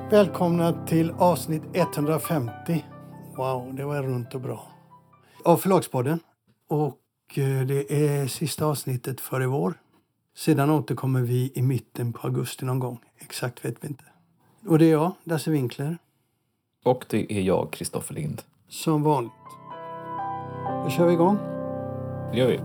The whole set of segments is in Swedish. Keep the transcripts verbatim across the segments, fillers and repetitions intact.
Välkomna till avsnitt etthundrafemtio. Wow, det var runt och bra. Av Förlagspodden. Och det är sista avsnittet för i vår. Sedan återkommer vi i mitten på augusti någon gång. Exakt vet vi inte. Och det är jag, Lasse Winkler. Och det är jag, Kristoffer Lind. Som vanligt. Då kör vi igång. Det gör vi.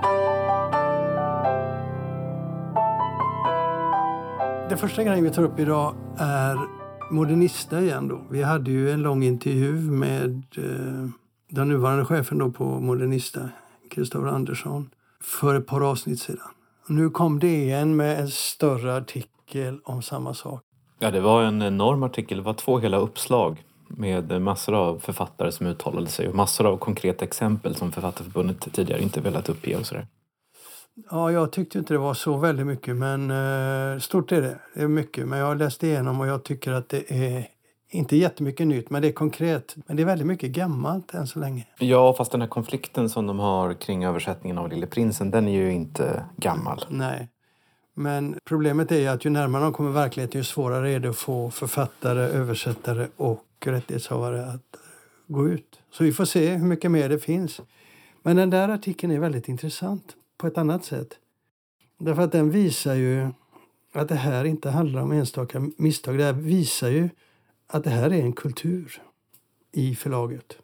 Det första grejen vi tar upp idag är Modernista igen då. Vi hade ju en lång intervju med eh, den nuvarande chefen då på Modernista, Kristoffer Andersson, för ett par avsnitt sedan. Och nu kom det igen med en större artikel om samma sak. Ja, det var en enorm artikel. Det var två hela uppslag med massor av författare som uttalade sig och massor av konkreta exempel som Författarförbundet tidigare inte velat uppge och sådär. Ja, jag tyckte inte det var så väldigt mycket, men eh, stort är det. Det är mycket, men jag har läst igenom och jag tycker att det är inte jättemycket nytt, men det är konkret. Men det är väldigt mycket gammalt än så länge. Ja, fast den här konflikten som de har kring översättningen av Lille Prinsen, den är ju inte gammal. Nej, men problemet är ju att ju närmare de kommer verkligheten, ju svårare är det att få författare, översättare och rättighetshavare att gå ut. Så vi får se hur mycket mer det finns. Men den där artikeln är väldigt intressant på ett annat sätt. Därför att den visar ju att det här inte handlar om enstaka misstag. Det här visar ju att det här är en kultur i förlaget.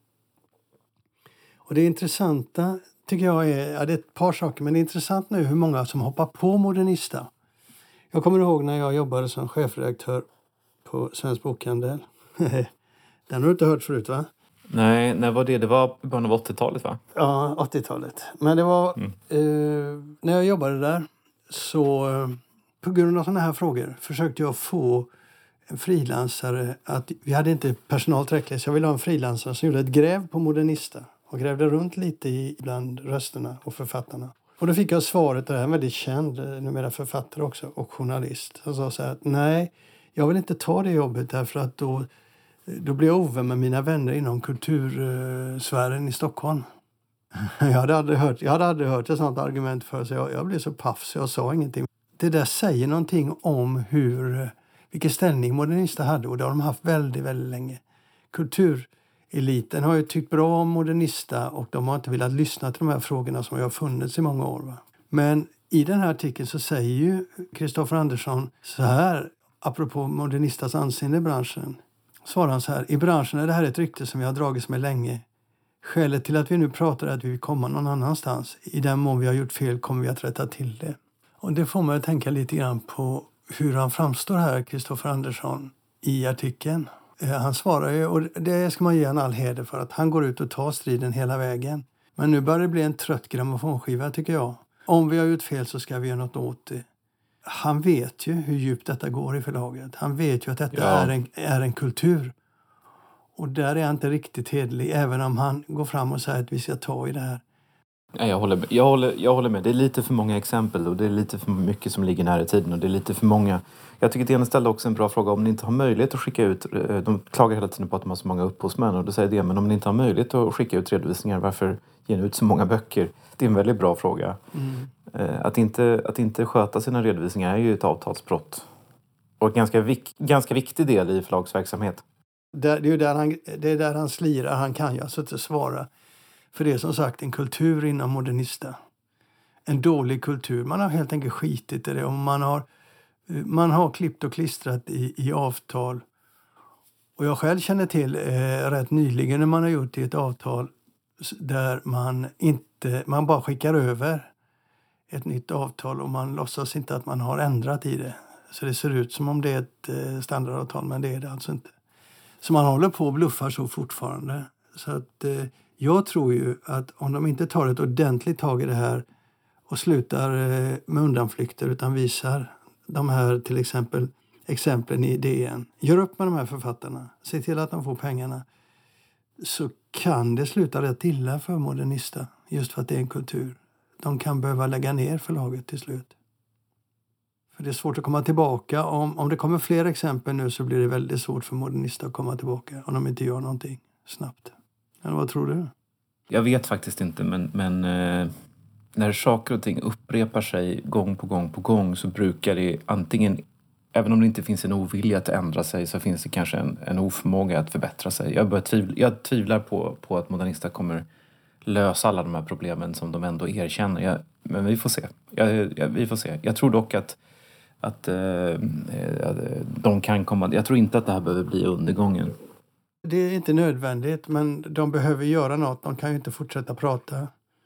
Och det intressanta tycker jag är, ja det är ett par saker, men det är intressant nu hur många som hoppar på Modernista. Jag kommer ihåg när jag jobbade som chefredaktör på Svensk Bokhandel. Den har du inte hört förut, va? Nej, när var det? Det var i början av åttiotalet, va? Ja, åttiotalet. Men det var, mm. eh, när jag jobbade där så eh, på grund av sådana här frågor försökte jag få en frilansare att, vi hade inte personal tillräckligt, så jag ville ha en frilansare som gjorde ett gräv på Modernista och grävde runt lite i, bland rösterna och författarna. Och då fick jag svaret, det här är en väldigt känd, numera författare också och journalist. Han sa så här att nej, jag vill inte ta det jobbet därför att då Då blev jag ovän med mina vänner inom kultursfären i Stockholm. Jag hade aldrig hört, jag hade aldrig hört ett sånt argument för, så jag, jag blev så paff så jag sa ingenting. Det där säger någonting om hur, vilken ställning Modernista hade, och det har de haft väldigt, väldigt länge. Kultureliten har ju tyckt bra om Modernista och de har inte velat lyssna till de här frågorna som har funnits i många år. Va? Men i den här artikeln så säger ju Kristoffer Andersson så här, apropå Modernistas anseende i branschen. Svarar han så här: i branschen är det här ett rykte som vi har dragits med länge. Skälet till att vi nu pratar är att vi vill komma någon annanstans. I den mån vi har gjort fel kommer vi att rätta till det. Och det får man att tänka lite grann på hur han framstår här, Kristoffer Andersson, i artikeln. Han svarar ju, och det ska man ge han all heder för, att han går ut och tar striden hela vägen. Men nu börjar det bli en trött grammofonskiva, tycker jag. Om vi har gjort fel så ska vi göra något åt det. Han vet ju hur djupt detta går i förlaget. Han vet ju att detta ja. är, en, är en kultur. Och där är han inte riktigt hedlig, även om han går fram och säger att vi ska ta i det här. Ja, jag, håller med. Jag, håller, jag håller med. Det är lite för många exempel och det är lite för mycket som ligger nära i tiden. Och det är lite för många. Jag tycker att Dena ställde också en bra fråga. Om ni inte har möjlighet att skicka ut, de klagar hela tiden på att de har så många upphovsmän. Och då säger det, men om ni inte har möjlighet att skicka ut redovisningar, varför ger ni ut så många böcker? Det är en väldigt bra fråga. Mm. Att inte, att inte sköta sina redovisningar är ju ett avtalsbrott. Och en ganska, vik, ganska viktig del i förlagsverksamhet. Det, det är ju där han, det är där han slirar. Han kan ju alltså inte svara. För det är som sagt en kultur inom Modernista. En dålig kultur. Man har helt enkelt skitit i det. Och man har, man har klippt och klistrat i, i avtal. Och jag själv känner till eh, rätt nyligen när man har gjort det i ett avtal där man inte, man bara skickar över ett nytt avtal och man låtsas inte att man har ändrat i det. Så det ser ut som om det är ett standardavtal, men det är det alltså inte. Så man håller på och bluffar så fortfarande. Så att eh, jag tror ju att om de inte tar ett ordentligt tag i det här och slutar eh, med undanflykter utan visar de här till exempel exemplen i D N. Gör upp med de här författarna. Se till att de får pengarna. Så kan det sluta rätt illa för Modernista. Just för att det är en kultur. De kan behöva lägga ner förlaget till slut. För det är svårt att komma tillbaka. Om, om det kommer fler exempel nu så blir det väldigt svårt för Modernista att komma tillbaka. Om de inte gör någonting snabbt. Eller vad tror du? Jag vet faktiskt inte, men, men eh, när saker och ting upprepar sig gång på gång på gång så brukar det antingen även om det inte finns en ovilja att ändra sig så finns det kanske en, en oförmåga att förbättra sig. Jag, börjar tvivla, jag tvivlar på, på att Modernista kommer lösa alla de här problemen som de ändå erkänner. Jag, men vi får se. Jag, jag, vi får se. Jag tror dock att, att eh, de kan komma... Jag tror inte att det här behöver bli undergången. Det är inte nödvändigt, men de behöver göra något. De kan ju inte fortsätta prata.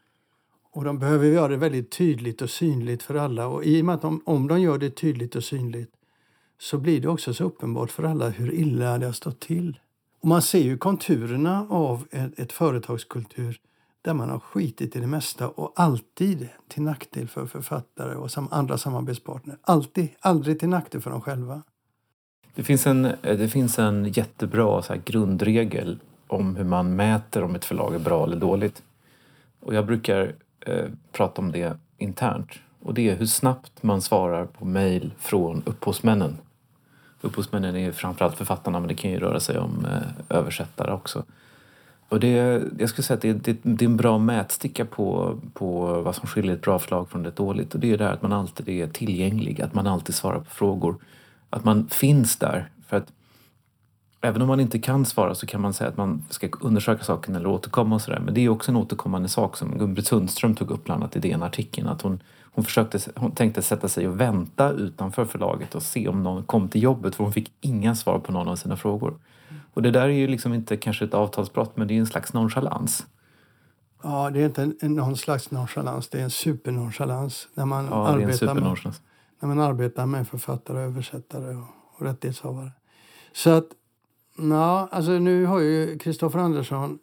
Och de behöver göra det väldigt tydligt och synligt för alla. Och i och med att de, om de gör det tydligt och synligt så blir det också så uppenbart för alla hur illa det har stått till. Och man ser ju konturerna av ett, ett företagskultur där man har skitit i det mesta och alltid till nackdel för författare och som andra samarbetspartner. Alltid, aldrig till nackdel för dem själva. Det finns en, det finns en jättebra så här, grundregel om hur man mäter om ett förlag är bra eller dåligt. Och jag brukar eh, prata om det internt. Och det är hur snabbt man svarar på mejl från upphovsmännen. Upphovsmännen är framförallt författarna, men det kan ju röra sig om eh, översättare också. Och det, jag skulle säga att det, det, det är en bra mätsticka på, på vad som skiljer ett bra förlag från ett dåligt. Och det är det här att man alltid är tillgänglig, att man alltid svarar på frågor. Att man finns där. För att även om man inte kan svara så kan man säga att man ska undersöka saken eller återkomma och sådär. Men det är också en återkommande sak som Gun-Britt Sundström tog upp bland annat i den artikeln. Att hon, hon, försökte, hon tänkte sätta sig och vänta utanför förlaget och se om någon kom till jobbet. För hon fick inga svar på någon av sina frågor. Och det där är ju liksom inte kanske ett avtalsbrott, men det är en slags nonchalans. Ja, det är inte en, en, någon slags nonchalans. Det är en supernonchalans. När man, ja, arbetar, det är en supernonchalans. Med, när man arbetar med författare, översättare och, och rättighetshavare. Så att, ja, alltså nu har ju Kristoffer Andersson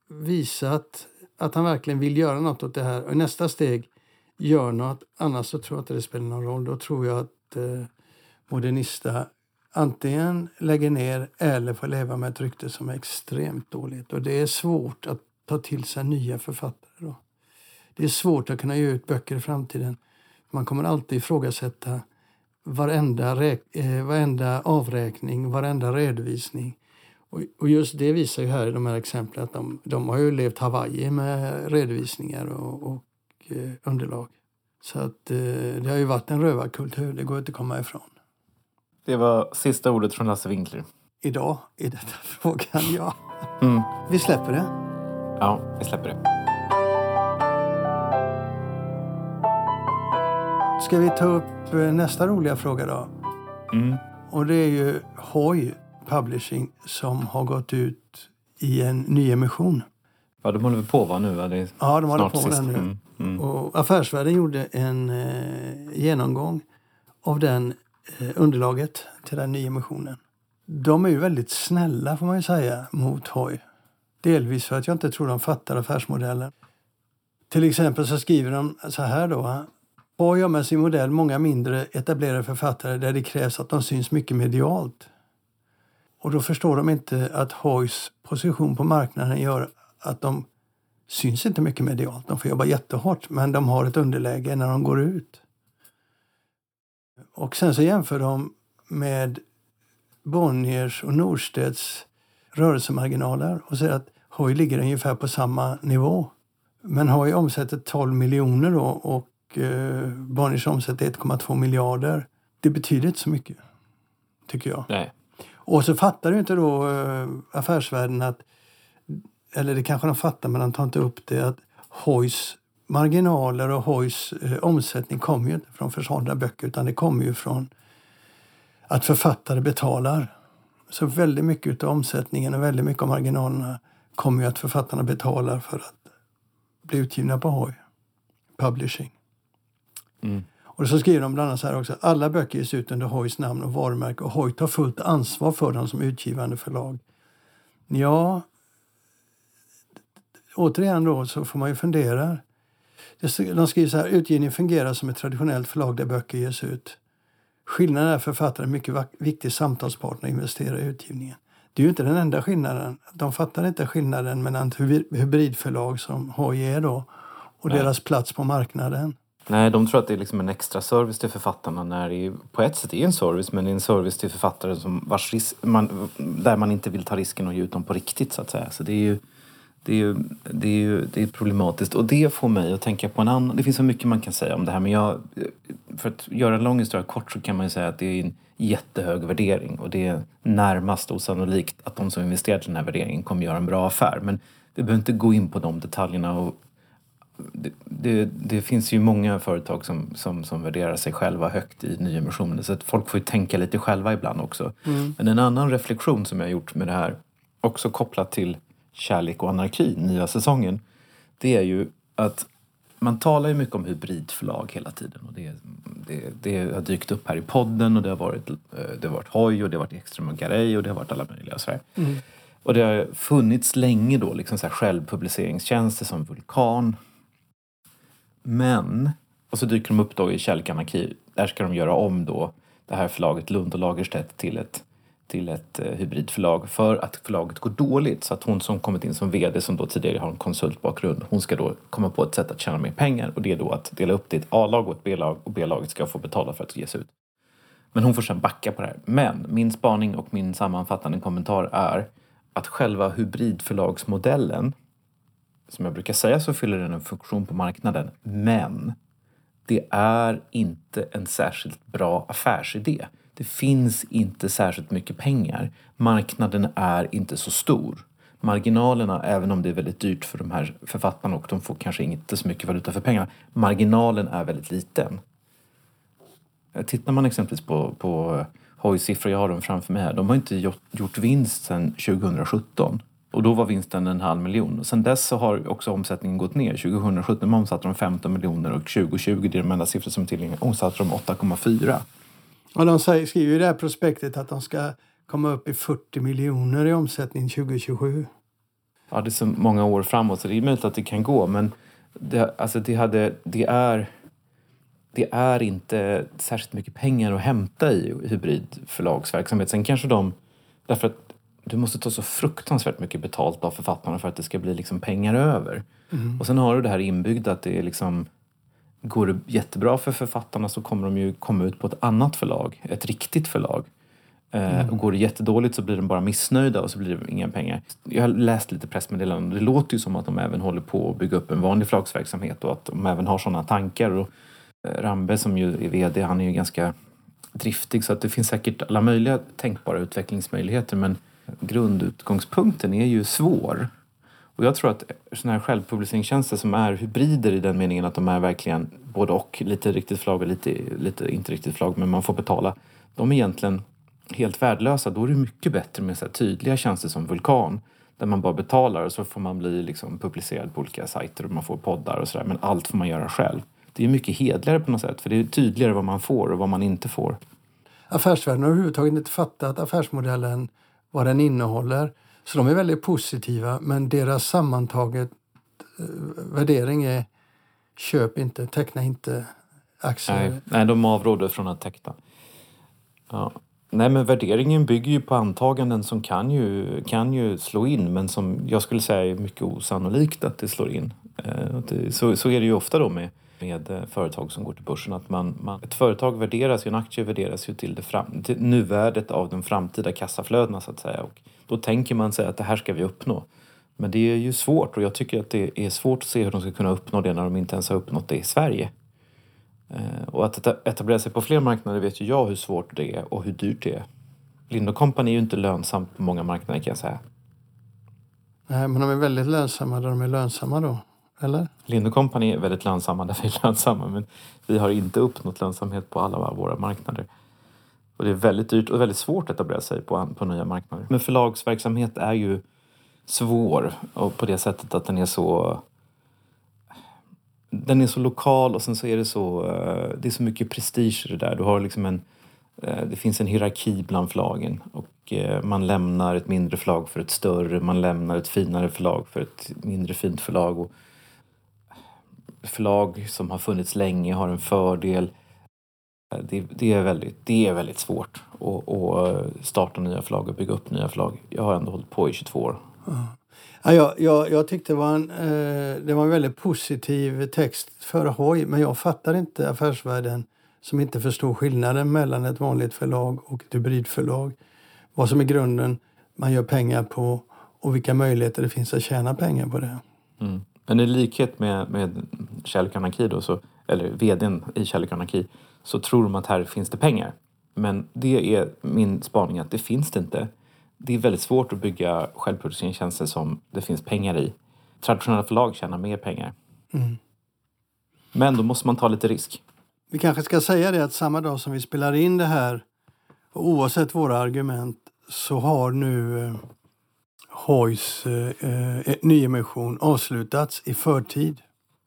visat att han verkligen vill göra något åt det här. Och i nästa steg gör något. Annars så tror jag inte det spelar någon roll. Då tror jag att eh, Modernista antingen lägger ner eller får leva med ett rykte som är extremt dåligt. Och det är svårt att ta till sig nya författare då. Det är svårt att kunna ge ut böcker i framtiden. Man kommer alltid ifrågasätta varenda, räk- eh, varenda avräkning, varenda redovisning. Och, och just det visar ju här i de här exemplen att de, de har ju levt Hawaii med redovisningar och, och eh, underlag. Så att eh, det har ju varit en rövarkultur, det går inte att komma ifrån. Det var sista ordet från Lasse Winkler. Idag i detta frågan, ja. Mm. Vi släpper det. Ja, vi släpper det. Ska vi ta upp nästa roliga fråga då? Mm. Och det är ju Hoy Publishing som har gått ut i en ny emission. Ja, de håller väl på va nu? Va? Det är ja, de håller på sist. med den nu. Mm. Mm. Och Affärsvärlden gjorde en eh, genomgång av den eh, underlaget till den nya emissionen. De är ju väldigt snälla får man ju säga mot Hoy. Delvis för att jag inte tror de fattar affärsmodellen. Till exempel så skriver de så här då. Hoy har med sin modell många mindre etablerade författare där det krävs att de syns mycket medialt. Och då förstår de inte att Hoys position på marknaden gör att de syns inte mycket medialt. De får jobba jättehårt men de har ett underläge när de går ut. Och sen så jämför de med Bonniers och Norstedts rörelsemarginaler och säger att Hoy ligger ungefär på samma nivå. Men Hoy omsätter tolv miljoner då och eh, Bonniers omsätter ett komma två miljarder. Det betyder inte så mycket, tycker jag. Nej. Och så fattar ju inte då eh, affärsvärlden att, eller det kanske de fattar men de tar inte upp det, att Hoys marginaler och Hoys eh, omsättning kommer ju inte från försålda böcker utan det kommer ju från att författare betalar. Så väldigt mycket av omsättningen och väldigt mycket av marginalerna kommer ju att författarna betalar för att bli utgivna på Hoy Publishing. Mm. Och så skriver de bland annat så här också. Alla böcker ges ut under Hoys namn och varumärke och Hoy tar fullt ansvar för dem som utgivande förlag. Ja, återigen då så får man ju fundera. De skriver så här. Utgivningen fungerar som ett traditionellt förlag där böcker ges ut. Skillnaden är att författaren är mycket viktig samtalspartner och investerar i utgivningen. Det är ju inte den enda skillnaden. De fattar inte skillnaden mellan ett hybridförlag som Hoy är då och Nej. deras plats på marknaden. Nej, de tror att det är liksom en extra service till författarna när det är, på ett sätt är en service, men det är en service till författare som vars ris- man, där man inte vill ta risken och ge ut dem på riktigt så att säga. Så det är ju det är ju, det är ju det är problematiskt och det får mig att tänka på en annan, det finns så mycket man kan säga om det här men jag för att göra en lång historia kort så kan man ju säga att det är en jättehög värdering. Och det är närmast osannolikt att de som investerat i den här värderingen kommer göra en bra affär. Men vi behöver inte gå in på de detaljerna. Och det, det, det finns ju många företag som, som, som värderar sig själva högt i nyemissioner. Så att folk får ju tänka lite själva ibland också. Mm. Men en annan reflektion som jag har gjort med det här, också kopplat till Kärlek och anarki, nya säsongen, det är ju att man talar ju mycket om hybridförlag hela tiden. Och det, det, det har dykt upp här i podden och det har varit, det har varit Hoj och det har varit Ekström och Garay och det har varit alla möjliga och sådär. Mm. Och det har funnits länge då liksom så här självpubliceringstjänster som Vulkan. Men, och så dyker de upp då i Kärlek och anarki. Där ska de göra om då det här förlaget Lund och Lagerstedt till ett till ett eh, hybridförlag för att förlaget går dåligt. Så att hon som kommit in som vd, som då tidigare har en konsultbakgrund, hon ska då komma på ett sätt att tjäna mer pengar. Och det är då att dela upp det i ett A-lag och ett B-lag. Och B-laget ska få betala för att ge sig ut. Men hon får sedan backa på det här. Men min spaning och min sammanfattande kommentar är att själva hybridförlagsmodellen, som jag brukar säga, så fyller den en funktion på marknaden. Men det är inte en särskilt bra affärsidé. Det finns inte särskilt mycket pengar. Marknaden är inte så stor. Marginalerna, även om det är väldigt dyrt för de här författarna och de får kanske inte så mycket valuta för pengarna, marginalen är väldigt liten. Tittar man exempelvis på, på Hojs siffror, jag har dem framför mig här, de har inte gjort, gjort vinst sedan tjugosjutton. Och då var vinsten en halv miljon. Och sen dess så har också omsättningen gått ner. tjugosjutton omsatte de femton miljoner och tjugohundratjugo, det är de enda siffror som är tillgängliga, omsatte de åtta komma fyra. Och de säger, skriver i det här prospektet att de ska komma upp i fyrtio miljoner i omsättning tjugohundratjugosju. Ja, det är så många år framåt så det är möjligt att det kan gå. Men det, alltså det, hade, det, är, det är inte särskilt mycket pengar att hämta i hybridförlagsverksamhet. Sen kanske de, därför att du måste ta så fruktansvärt mycket betalt av författarna för att det ska bli liksom pengar över. Mm. Och sen har du det här inbyggda att det är liksom, går det jättebra för författarna så kommer de ju komma ut på ett annat förlag. Ett riktigt förlag. Mm. Och går det jättedåligt så blir de bara missnöjda och så blir det inga pengar. Jag har läst lite pressmeddelanden och det låter ju som att de även håller på att bygga upp en vanlig förlagsverksamhet och att de även har sådana tankar. Och Rambe som ju är vd, han är ju ganska driftig så att det finns säkert alla möjliga tänkbara utvecklingsmöjligheter, men grundutgångspunkten är ju svår. Och jag tror att sådana här självpubliceringstjänster som är hybrider i den meningen att de är verkligen både och, lite riktigt förlag och lite, lite inte riktigt förlag, men man får betala, de är egentligen helt värdelösa. Då är det mycket bättre med så här tydliga tjänster som Vulkan, där man bara betalar och så får man bli liksom publicerad på olika sajter och man får poddar och sådär, men allt får man göra själv. Det är mycket hedligare på något sätt, för det är tydligare vad man får och vad man inte får. Affärsvärlden har överhuvudtaget inte fattat affärsmodellen, vad den innehåller. Så de är väldigt positiva, men deras sammantaget eh, värdering är köp inte, teckna inte aktier. Nej, nej, de avråder från att teckna. Ja. Nej, men värderingen bygger ju på antaganden som kan ju, kan ju slå in, men som jag skulle säga är mycket osannolikt att det slår in. Eh, det, så, så är det ju ofta då med, med företag som går till börsen. Att man, man, ett företag värderas ju, en aktie värderas ju till, det fram, till nuvärdet av de framtida kassaflödena så att säga. Och då tänker man sig att det här ska vi uppnå. Men det är ju svårt och jag tycker att det är svårt att se hur de ska kunna uppnå det när de inte ens har uppnått det i Sverige. Och att etablera sig på fler marknader vet ju jag hur svårt det är och hur dyrt det är. Lind och Company är ju inte lönsamt på många marknader kan jag säga. Nej, men de är väldigt lönsamma där de är lönsamma då, eller? Lind och Company är väldigt lönsamma där vi är lönsamma, men vi har inte uppnått lönsamhet på alla våra marknader. Och det är väldigt dyrt och väldigt svårt att etablera sig på, på nya marknader. Men förlagsverksamhet är ju svår och på det sättet att den är så... Den är så lokal och sen så är det så... Det är så mycket prestige i det där. Du har liksom en... Det finns en hierarki bland förlagen och man lämnar ett mindre förlag för ett större. Man lämnar ett finare förlag för ett mindre fint förlag. Och förlag som har funnits länge har en fördel. Det, det, är, väldigt, det är väldigt svårt att, att starta nya förlag och bygga upp nya förlag. Jag har ändå hållit på i tjugotvå år. Ja, jag, jag, jag tyckte det var, en, eh, det var en väldigt positiv text för Hoj, men jag fattar inte affärsvärlden som inte förstår skillnaden mellan ett vanligt förlag och ett hybridförlag. Vad som är grunden man gör pengar på och vilka möjligheter det finns att tjäna pengar på det. Mm. Men i likhet med, med Kärlek och Anarki då, så, eller vdn i Kärlek och Anarki, så tror de att här finns det pengar. Men det är min spaning att det finns det inte. Det är väldigt svårt att bygga självproduceringstjänster som det finns pengar i. Traditionella förlag tjänar mer pengar. Mm. Men då måste man ta lite risk. Vi kanske ska säga det att samma dag som vi spelar in det här, och oavsett våra argument, så har nu eh, Hoys eh, eh, nyemission avslutats i förtid.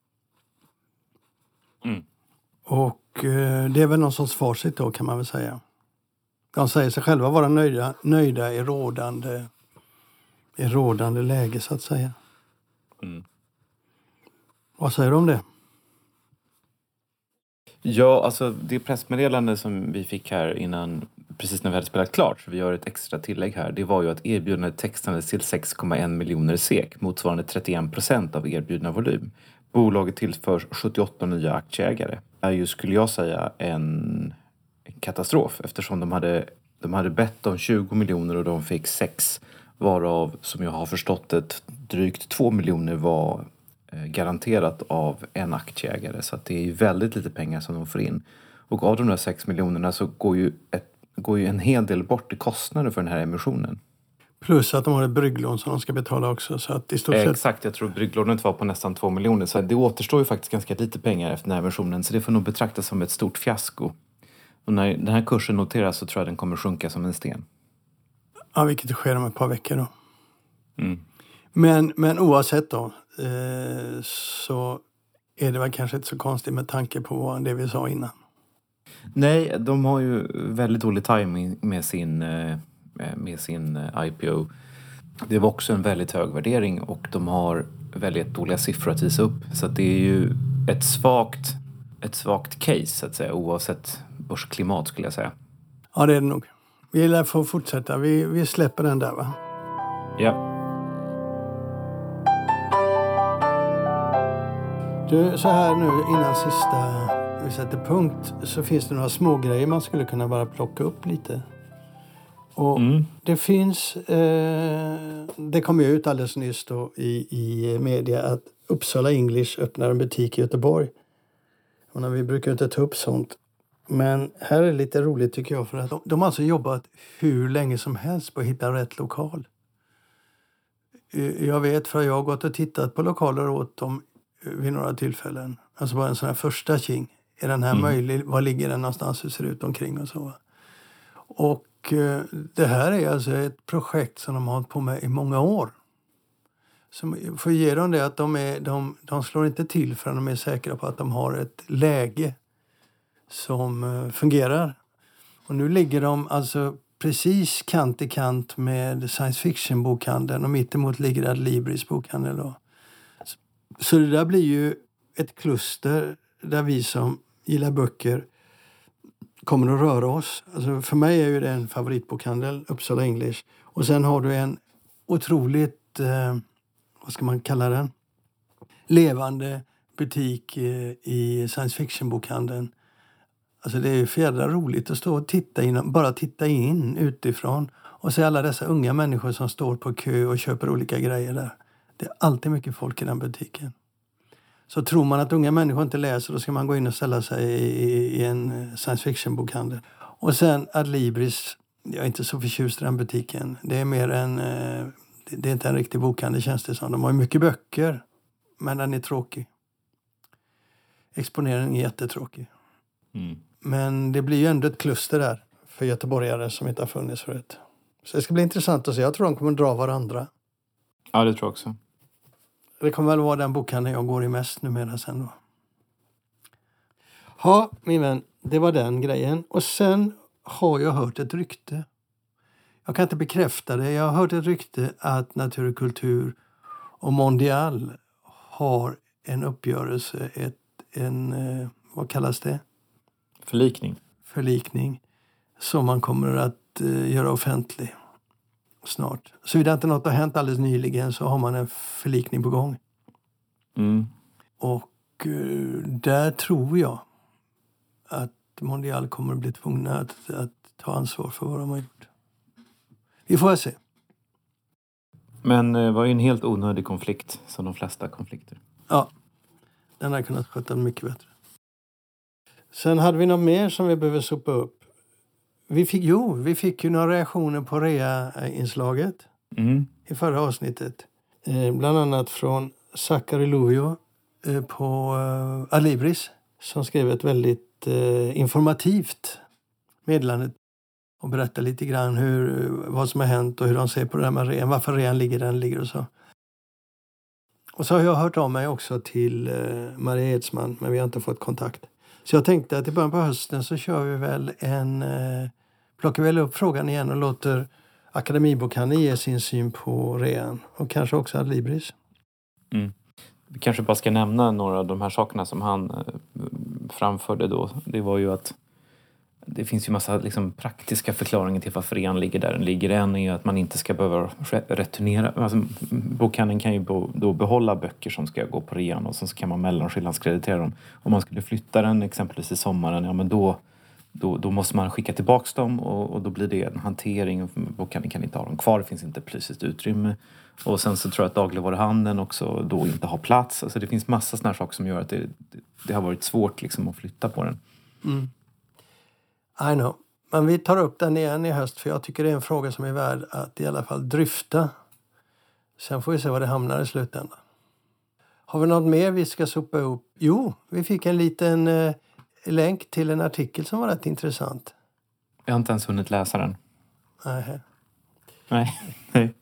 Mm. Och eh, det är väl någon sorts facit då, kan man väl säga. De säger sig själva vara nöjda, nöjda i, rådande, i rådande läge, så att säga. Mm. Vad säger du om det? Ja, alltså det pressmeddelande som vi fick här innan, precis när vi hade spelat klart, så vi gör ett extra tillägg här. Det var ju att erbjudandet textades till sex komma en miljoner SEK, motsvarande trettioen procent av erbjudna volym. Bolaget tillförs sjuttioåtta nya aktieägare. Det är ju, skulle jag säga, en katastrof, eftersom de hade, de hade bett om tjugo miljoner och de fick sex, varav, som jag har förstått det, drygt två miljoner var garanterat av en aktieägare. Så att det är ju väldigt lite pengar som de får in. Och av de där sex miljonerna så går ju, ett, går ju en hel del bort i kostnader för den här emissionen. Plus att de har ett brygglån som de ska betala också. Så att i stort sett... Exakt, jag tror brygglånet var på nästan två miljoner. Så det återstår ju faktiskt ganska lite pengar efter den här emissionen. Så det får nog betraktas som ett stort fiasko. Och när den här kursen noteras så tror jag den kommer sjunka som en sten. Ja, vilket sker om ett par veckor då. Mm. Men, men oavsett då, eh, så är det väl kanske inte så konstigt med tanke på det vi sa innan. Nej, de har ju väldigt dålig timing med sin, med sin I P O. Det var också en väldigt hög värdering och de har väldigt dåliga siffror att visa upp. Så att det är ju ett svagt, ett svagt case, så att säga, oavsett börsklimat, skulle jag säga. Ja, det är det nog. Vi lär få fortsätta. Vi, vi släpper den där, va? Ja. Du, så här nu innan sista vi sätter punkt, så finns det några små grejer man skulle kunna bara plocka upp lite. Och mm. det finns, eh, det kom ju ut alldeles nyss då i, i media att Uppsala English öppnar en butik i Göteborg. Och när vi brukar inte ta upp sånt. Men här är det lite roligt, tycker jag, för att de, de har alltså jobbat hur länge som helst på att hitta rätt lokal. Jag vet, för jag har gått och tittat på lokaler åt dem vid några tillfällen. Alltså bara en sån här första king. Är den här mm. möjlig? Var ligger den någonstans? Hur ser det ut omkring och så? Och eh, det här är alltså ett projekt som de har hållit på med i många år. Så får ge dem det att de, är, de, de slår inte till förrän de är säkra på att de har ett läge som eh, fungerar. Och nu ligger de alltså precis kant i kant med science fiction-bokhandeln, och mittemot ligger Adlibris bokhandel då. Så, så det där blir ju ett kluster där vi som gillar böcker kommer att röra oss. Alltså för mig är ju det en favoritbokhandel, Uppsala English. Och sen har du en otroligt, eh, vad ska man kalla den? Levande butik eh, i science fiction-bokhandeln. Alltså det är för jävla roligt att stå och titta in, bara titta in utifrån och se alla dessa unga människor som står på kö och köper olika grejer där. Det är alltid mycket folk i den butiken. Så tror man att unga människor inte läser, då ska man gå in och ställa sig i, i en science fiction-bokhandel. Och sen Adlibris, jag är inte så förtjust i den butiken. Det är mer en, det är inte en riktig bokhandel, känns det som. De har mycket böcker, men den är tråkig. Exponeringen är jättetråkig. Mm. Men det blir ju ändå ett kluster där för göteborgare som inte har funnits förut. Så det ska bli intressant att se. Jag tror de kommer dra varandra. Ja, det tror jag också. Det kommer väl vara den bokhandeln jag går i mest numera sen då. Ja, min vän, det var den grejen. Och sen har jag hört ett rykte. Jag kan inte bekräfta det. Jag har hört ett rykte att Natur och Kultur och Mondial har en uppgörelse, ett, en, vad kallas det? Förlikning. Förlikning som man kommer att uh, göra offentlig snart. Så vidare inte något har hänt alldeles nyligen, så har man en förlikning på gång. Mm. Och uh, där tror jag att Mondial kommer att bli tvungna att, att ta ansvar för vad de har gjort. Vi får se. Men det var ju en helt onödig konflikt, som de flesta konflikter. Ja, den har kunnat sköta mycket bättre. Sen hade vi något mer som vi behöver sopa upp. Vi fick, jo, vi fick ju några reaktioner på Rea-inslaget Mm. i förra avsnittet. Eh, bland annat från Zachary Luvio eh, på eh, Alibris som skrev ett väldigt eh, informativt meddelande och berättade lite grann hur, vad som har hänt och hur de ser på det här med Rea, varför Rea ligger där den ligger och så. Och så har jag hört av mig också till eh, Maria Edsman, men vi har inte fått kontakt. Så jag tänkte att i början på hösten så kör vi väl en... Eh, plockar väl upp frågan igen och låter Akademibokhandeln ge sin syn på Rean. Och kanske också Adlibris. Mm. Vi kanske bara ska nämna några av de här sakerna som han eh, framförde då. Det var ju att det finns ju massa liksom, praktiska förklaringar till varför Rean ligger där den ligger. En är ju att man inte ska behöva returnera. Alltså, bokhandeln kan ju då behålla böcker som ska gå på Rean och så kan man mellanskillnadskreditera dem. Om man skulle flytta den exempelvis i sommaren, ja men då, då, då måste man skicka tillbaka dem och, och då blir det en hantering och bokhandeln kan inte ha dem kvar. Det finns inte fysiskt utrymme. Och sen så tror jag att dagligvaruhandeln också då inte har plats. Alltså det finns massa sådana saker som gör att det, det har varit svårt liksom att flytta på den. Mm. I know. Men vi tar upp den igen i höst för jag tycker det är en fråga som är värd att i alla fall dryfta. Sen får vi se vad det hamnar i slutändan. Har vi något mer vi ska sopa upp? Jo, vi fick en liten eh, länk till en artikel som var rätt intressant. Jag har inte ens hunnit läsa den. Nej. Nej, nej.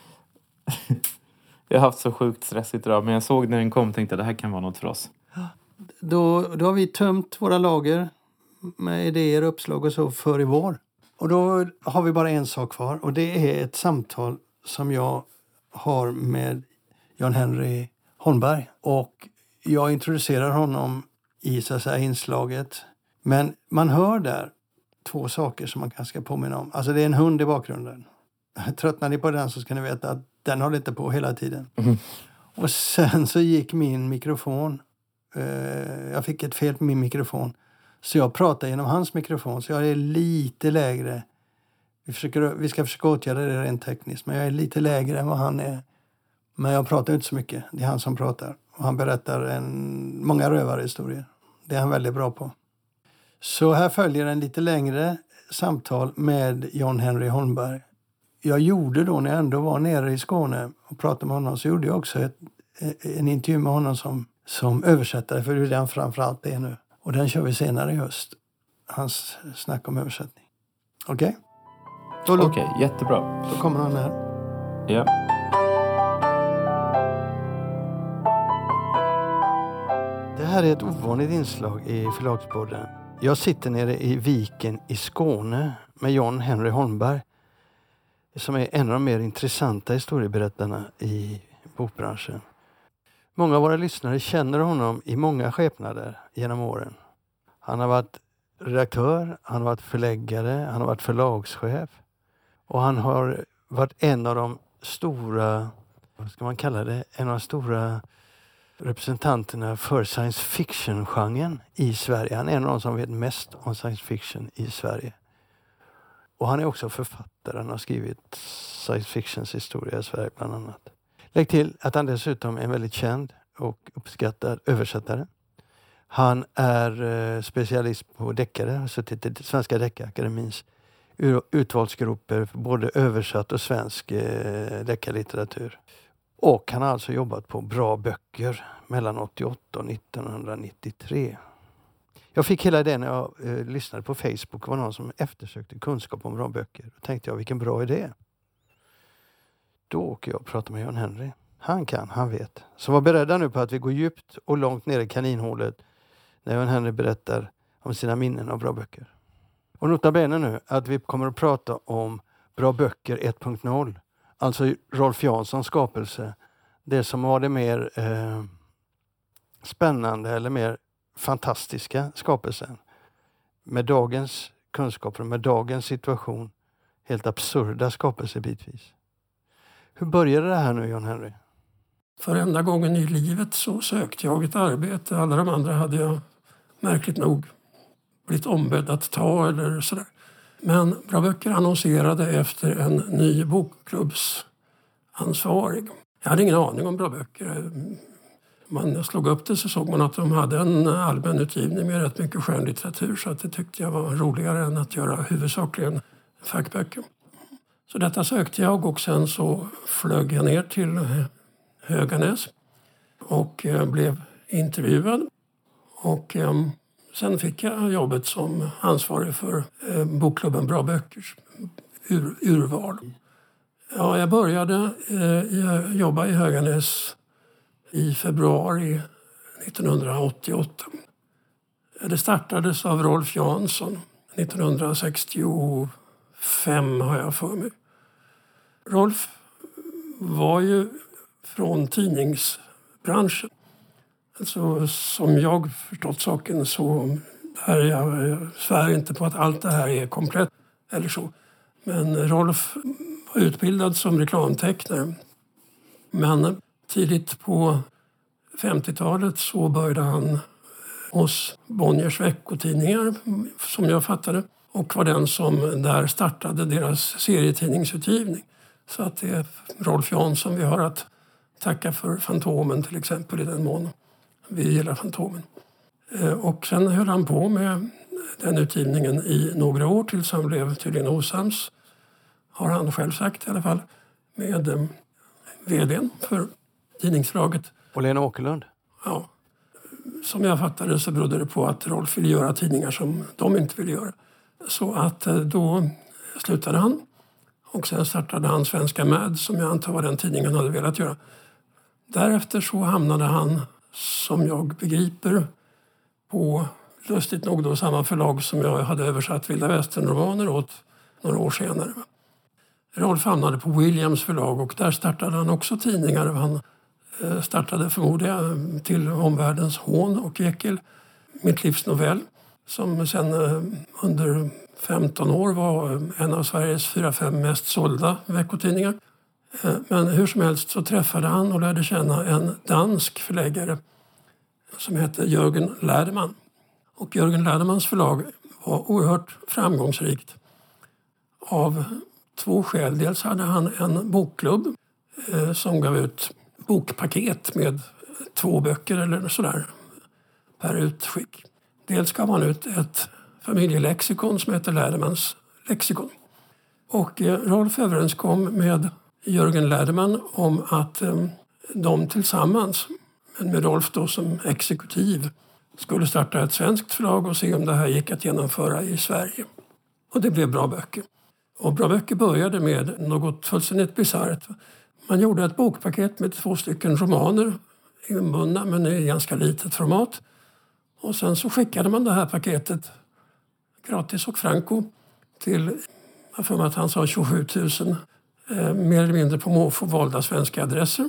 Jag har haft så sjukt stressigt idag, men jag såg när den kom och tänkte att det här kan vara något för oss. Då, då har vi tömt våra lager med idéer, uppslag och så för i vår. Och då har vi bara en sak kvar och det är ett samtal som jag har med John Henry Holmberg. Och jag introducerar honom i så att säga inslaget. Men man hör där två saker som man kanske ska påminna om. Alltså det är en hund i bakgrunden. Tröttnar ni på den så ska ni veta att den håller inte på hela tiden. Mm. Och sen så gick min mikrofon. Eh, jag fick ett fel på min mikrofon. Så jag pratar genom hans mikrofon. Så jag är lite lägre. Vi, försöker, vi ska försöka åtgärda det rent tekniskt. Men jag är lite lägre än vad han är. Men jag pratar inte så mycket. Det är han som pratar. Och han berättar en, många rövarhistorier. Det är han väldigt bra på. Så här följer en lite längre samtal med John Henry Holmberg. Jag gjorde då när jag ändå var nere i Skåne och pratade med honom. Så gjorde jag också ett, en intervju med honom som, som översättare. För det är den framförallt är nu. Och den kör vi senare i höst. Hans snack om översättning. Okej? Okay? Okej, okay, jättebra. Då kommer han här. Ja. Det här är ett ovanligt inslag i Förlagspodden. Jag sitter nere i Viken i Skåne med John Henry Holmberg. Som är en av de mer intressanta historieberättarna i bokbranschen. Många av våra lyssnare känner honom i många skepnader genom åren. Han har varit redaktör, han har varit förläggare, han har varit förlagschef. Och han har varit en av de stora, vad ska man kalla det, en av de stora representanterna för science fiction-genren i Sverige. Han är en av de som vet mest om science fiction i Sverige. Och han är också författare, han har skrivit science fictions historia i Sverige bland annat. Lägg till att han dessutom är en väldigt känd och uppskattad översättare. Han är specialist på deckare, har suttit i Svenska Deckarakademins utvalsgrupper för både översatt och svensk deckarlitteratur. Och han har alltså jobbat på Bra böcker mellan åttioåtta och nittonhundranittiotre. Jag fick hela det när jag eh, lyssnade på Facebook. Det var någon som eftersökte kunskap om bra böcker. Då tänkte jag, vilken bra idé. Då åker jag och pratar med John Henry. Han kan, han vet. Så var beredda nu på att vi går djupt och långt ner i kaninhålet när John Henry berättar om sina minnen av bra böcker. Och nota bene nu att vi kommer att prata om Bra böcker ett punkt noll. Alltså Rolf Janssons skapelse. Det som var det mer eh, spännande eller mer fantastiska skapelsen. Med dagens kunskaper, med dagens situation. Helt absurda skapelser bitvis. Hur började det här nu, John Henry? För enda gången i livet så sökte jag ett arbete. Alla de andra hade jag märkligt nog blivit ombedd att ta eller sådär. Men Bra böcker annonserade efter en ny bokklubbsansvarig. Jag hade ingen aning om Bra böcker. man slog upp det så såg man att de hade en allmän utgivning med rätt mycket skönlitteratur, så att det tyckte jag var roligare än att göra huvudsakligen fackböcker. Så detta sökte jag och sen så flög jag ner till Höganäs och blev intervjuad. Och eh, sen fick jag jobbet som ansvarig för eh, bokklubben Bra Böckers ur, urval. Ja, jag började eh, jobba i Höganäs i februari nittonhundraåttioåtta. Det startades av Rolf Jansson nittonhundrasextiofem har jag för mig. Rolf var ju från tidningsbranschen. Alltså, som jag förstått saken så här, jag, jag svär inte på att allt det här är komplett eller så. Men Rolf var utbildad som reklamtecknare. Men tidigt på femtiotalet så började han hos Bonniers veckotidningar, som jag fattade, och var den som där startade deras serietidningsutgivning. Så att det är Rolf Jansson vi har att tacka för Fantomen till exempel, i den mån vi gillar Fantomen. Och sen höll han på med den utgivningen i några år tills han blev tydligen osams, har han själv sagt i alla fall, med vdn för tidningsförlaget. Och Lena Åkerlund? Ja. Som jag fattade så berodde det på att Rolf ville göra tidningar som de inte ville göra. Så att då slutade han. Och sen startade han Svenska Mad, som jag antar var den tidningen han hade velat göra. Därefter så hamnade han, som jag begriper, på lustigt nog då samma förlag som jag hade översatt Vilda Västern-romaner åt några år senare. Rolf hamnade på Williams förlag och där startade han också tidningar. Han startade förmodligen till omvärldens hån och ekel Mitt livs novell, som sen under femton år var en av Sveriges fyra, fem mest sålda veckotidningar. Men hur som helst så träffade han och lärde känna en dansk förläggare som hette Jörgen Läderman. Och Jörgen Lädermans förlag var oerhört framgångsrikt av två skäl. Dels hade han en bokklubb eh, som gav ut bokpaket med två böcker eller sådär per utskick. Dels gav han ut ett familjelexikon som heter Lädermans lexikon. Och eh, Rolf överenskom med Jörgen Läderman om att eh, de tillsammans, med Rolf då som exekutiv, skulle starta ett svenskt förlag och se om det här gick att genomföra i Sverige. Och det blev Bra Böcker. Och Bra Böcker började med något fullständigt bisarrt. Man gjorde ett bokpaket med två stycken romaner inbundna, men i ganska litet format. Och sen så skickade man det här paketet gratis och franco till, jag får mig att han sa tjugosju tusen, eh, mer eller mindre på måfå valda svenska adresser.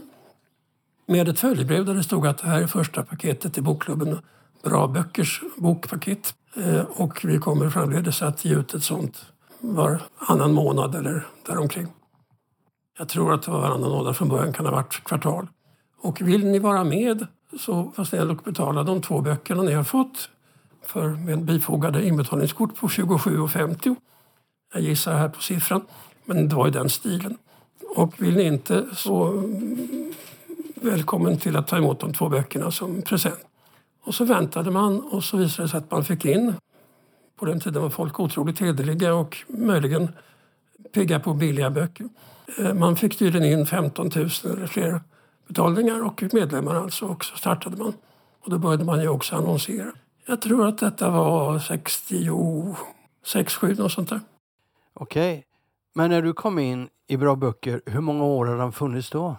Med ett följebrev där det stod att det här är första paketet i bokklubben Bra Böckers bokpaket. Eh, och vi kommer framledes att ge ut ett sånt var annan månad eller däromkring. Jag tror att det var varannan månad från början, kan ha varit kvartal. Och vill ni vara med så var snäll och betala de två böckerna ni har fått för med bifogade inbetalningskort på tjugosju femtio. Jag gissar här på siffran, men det var i den stilen. Och vill ni inte så välkommen till att ta emot de två böckerna som present. Och så väntade man och så visade det sig att man fick in. På den tiden var folk otroligt hederliga och möjligen pigga på billiga böcker. Man fick tydligen in femton tusen eller fler betalningar och medlemmar alltså, och så startade man. Och då började man ju också annonsera. Jag tror att detta var sextiosex, sju och sånt där. Okej, men när du kom in i Bra Böcker, hur många år har den funnits då?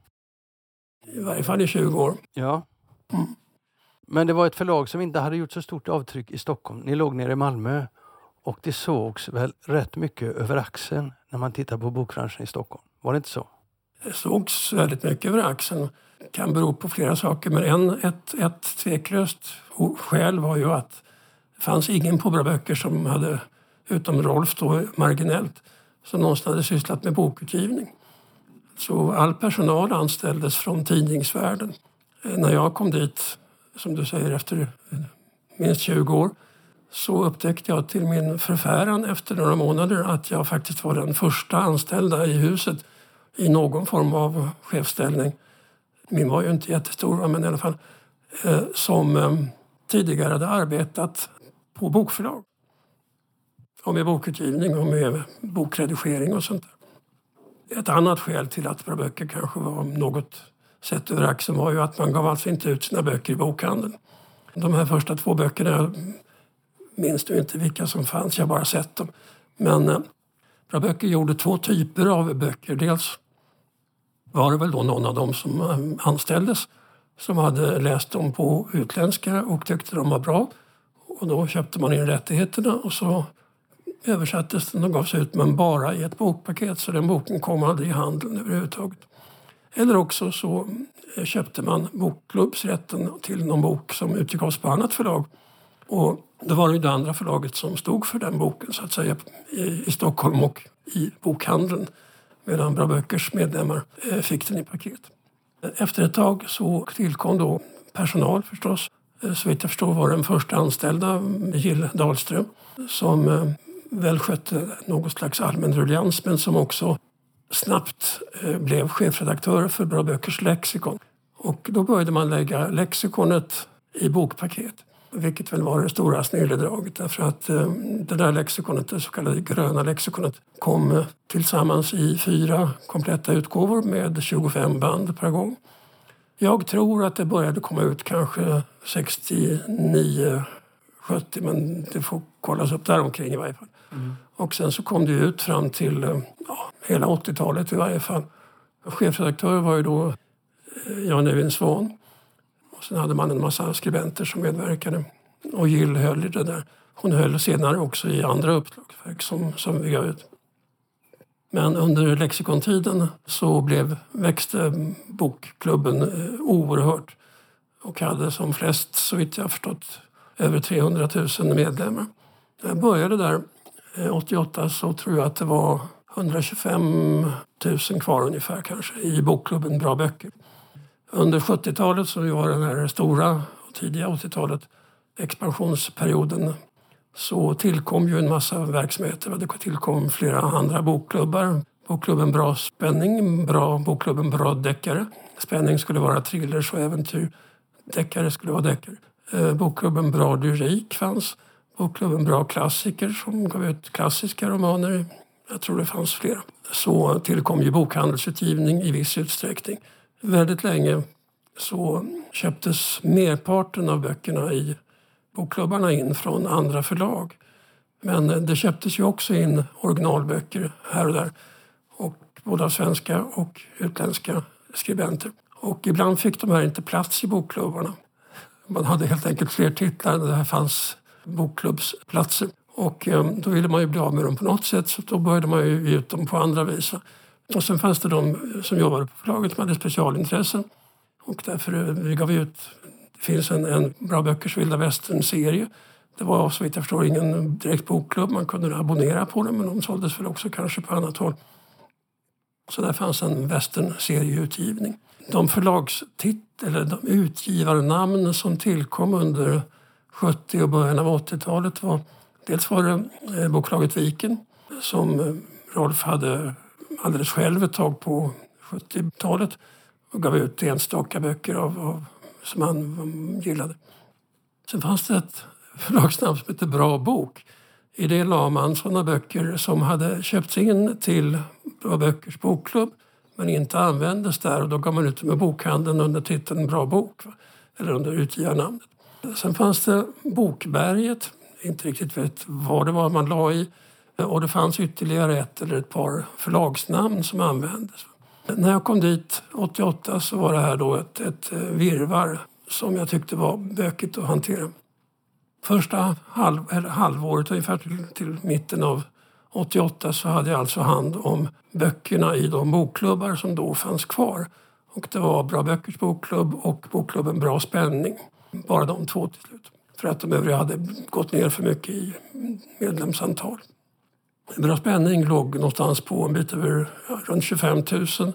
I varje fall i tjugo år. Ja. Mm. Men det var ett förlag som inte hade gjort så stort avtryck i Stockholm. Ni låg nere i Malmö och det sågs väl rätt mycket över axeln när man tittar på bokbranschen i Stockholm. Var det inte så? Det sågs väldigt mycket över axeln. Det kan bero på flera saker, men en, ett, ett tveklöst skäl var ju att det fanns ingen på Bra Böcker som hade, utom Rolf då marginellt, som någonsin hade sysslat med bokutgivning. Så all personal anställdes från tidningsvärlden. När jag kom dit, som du säger, efter minst tjugo år, så upptäckte jag till min förfäran efter några månader att jag faktiskt var den första anställda i huset i någon form av chefsställning min var ju inte jättestor, men i alla fall, eh, som eh, tidigare hade arbetat på bokförlag. Och med bokutgivning och med bokredigering och sånt där. Ett annat skäl till att Bra Böcker kanske var något sett över axeln var ju att man gav alltså inte ut sina böcker i bokhandeln. De här första två böckerna, jag minns nu inte vilka som fanns, jag har bara sett dem. Men eh, Bra Böcker gjorde två typer av böcker. Dels var det väl då någon av dem som eh, anställdes som hade läst dem på utländska och tyckte de var bra. Och då köpte man in rättigheterna och så översattes den och gavs ut, men bara i ett bokpaket, så den boken kom aldrig i handeln överhuvudtaget. Eller också så köpte man bokklubbsrätten till någon bok som utgavs på annat förlag. Och då var det ju det andra förlaget som stod för den boken så att säga i, i Stockholm och i bokhandeln, medan Bra Böckers medlemmar fick den i paket. Efter ett tag så tillkom då personal förstås. Så vitt jag förstår var den första anställda Jill Dahlström som väl skötte något slags allmän ruljans, men som också snabbt blev chefredaktör för Bra Böckers lexikon. Och då började man lägga lexikonet i bokpaket, vilket väl var det stora snilledraget, därför att det där lexikonet, det så kallade gröna lexikonet, kom tillsammans i fyra kompletta utgåvor med tjugofem band per gång. Jag tror att det började komma ut kanske sextionio sjuttio, men det får kollas upp där omkring i varje fall. Mm. Och sen så kom det ut fram till ja, hela åttiotalet i varje fall. Chefredaktör var ju då Jan Evin Svahn. Och sen hade man en massa skribenter som medverkade. Och Jill höll i det där. Hon höll senare också i andra uppslagsverk som, som vi gav ut. Men under lexikontiden så blev, växte bokklubben oerhört. Och hade som flest, så vitt jag förstått, över trehundratusen medlemmar. När jag började där åttioåtta så tror jag att det var hundratjugofemtusen kvar ungefär kanske i bokklubben Bra Böcker. Under sjuttiotalet, så var den här stora och tidiga åttiotalet expansionsperioden, så tillkom ju en massa verksamheter. Det tillkom flera andra bokklubbar. Bokklubben Bra Spänning, bra, bokklubben Bra Deckare. Spänning skulle vara thrillers och äventyr. Deckare skulle vara deckare. Bokklubben Bra Lyrik fanns. Bokklubben Bra Klassiker som gav ut klassiska romaner. Jag tror det fanns flera. Så tillkom ju bokhandelsutgivning i viss utsträckning. Väldigt länge så köptes merparten av böckerna i bokklubbarna in från andra förlag. Men det köptes ju också in originalböcker här och där. Och både av svenska och utländska skribenter. Och ibland fick de här inte plats i bokklubbarna. Man hade helt enkelt fler titlar där det fanns bokklubbsplatser. Och då ville man ju bli av med dem på något sätt, så då började man ju ge ut dem på andra vis. Och sen fanns det de som jobbade på förlaget som hade specialintressen. Och därför vi gav ut, det finns en, en Bra Böckers vilda västern-serie. Det var så vitt jag förstår ingen direkt bokklubb, man kunde abonnera på den, men de såldes väl också kanske på annat håll. Så där fanns en västern-serieutgivning. De förlagstitel, eller de utgivarnamn som tillkom under sjuttio och början av åttiotalet var, dels var det boklaget Viken som Rolf hade alldeles själv ett tag på sjuttiotalet och gav ut enstaka böcker av, av, som han gillade. Sen fanns det ett förlagsnamn som heter Bra Bok. I det la man sådana böcker som hade köpts in till Bra Böckers bokklubb men inte användes där, och då gav man ut med bokhandeln under titeln Bra Bok, eller under utgivarnamnet. Sen fanns det Bokberget, inte riktigt vet vad det var man la i, och det fanns ytterligare ett eller ett par förlagsnamn som användes. När jag kom dit åttioåtta så var det här då ett, ett virvar som jag tyckte var bökigt att hantera. Första halv, eller halvåret, ungefär till, till mitten av åttioåtta, så hade jag alltså hand om böckerna i de bokklubbar som då fanns kvar. Och det var Bra Böckers bokklubb och bokklubben Bra Spänning. Bara de två till slut. För att de övriga hade gått ner för mycket i medlemsantal. Bra Spänning låg någonstans på en bit över ja, runt tjugofem tusen.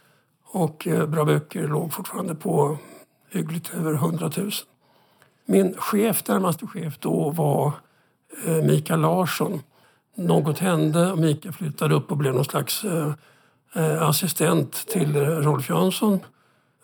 Och eh, Bra Böcker låg fortfarande på hyggligt över hundra tusen. Min chef, närmaste chef då, var eh, Mikael Larsson. Något hände och Mikael flyttade upp och blev någon slags eh, assistent till Rolf Jansson.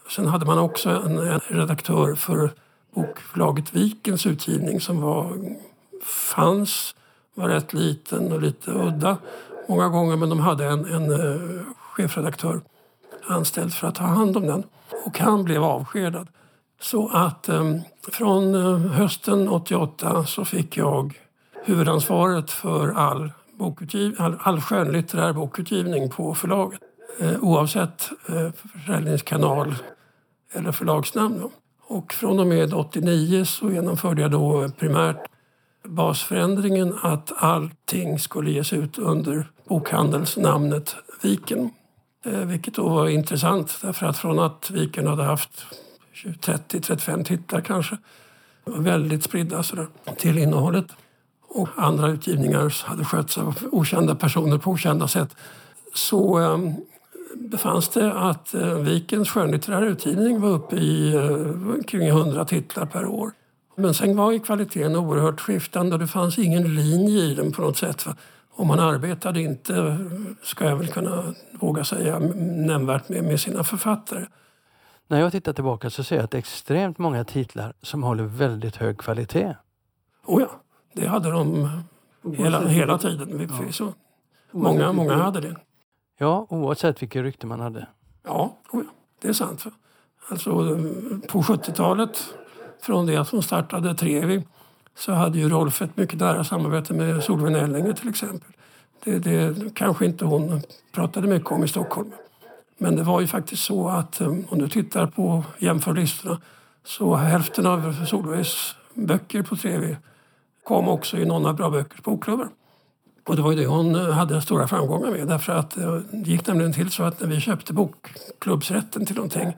Sen hade man också en, en redaktör för bokförlaget Vikens utgivning som var, fanns, var rätt liten och lite udda många gånger, men de hade en, en uh, chefredaktör anställd för att ta hand om den. Och han blev avskedad. Så att um, från uh, hösten åttioåtta så fick jag huvudansvaret för all, bokutgiv- all, all skönlitterär bokutgivning på förlaget. Uh, oavsett uh, försäljningskanal eller förlagsnamn. Då. Och från och med åttionio så genomförde jag då primärt basförändringen att allting skulle ges ut under bokhandelsnamnet Viken. Eh, vilket då var intressant därför att från att Viken hade haft trettio till trettiofem titlar kanske, väldigt spridda sådär, till innehållet. Och andra utgivningar hade skötts av okända personer på okända sätt. Så eh, befanns det att eh, Vikens skönlitterära utgivning var uppe i eh, kring hundra titlar per år. Men sen var ju kvaliteten oerhört skiftande och det fanns ingen linje i den på något sätt. Om man arbetade inte, ska jag väl kunna våga säga, nämnvärt med, med sina författare. När jag tittar tillbaka så ser jag att det är extremt många titlar som håller väldigt hög kvalitet. Oh ja, det hade de hela, hela tiden. Ja. Så. Många, många hade det. Ja, oavsett vilket rykte man hade. Ja, oh ja, det är sant. Alltså på sjuttiotalet, från det att hon startade Trevi, så hade ju Rolf ett mycket nära samarbete med Solveig Nellinger till exempel. Det, det kanske inte hon pratade mycket om i Stockholm. Men det var ju faktiskt så att om du tittar på jämförlistorna så hälften av Solveigs böcker på Trevi kom också i någon av Bra Böckers bokklubbar. Och det var ju det hon hade stora framgångar med. Därför att det gick nämligen till så att när vi köpte bokklubbsrätten till någonting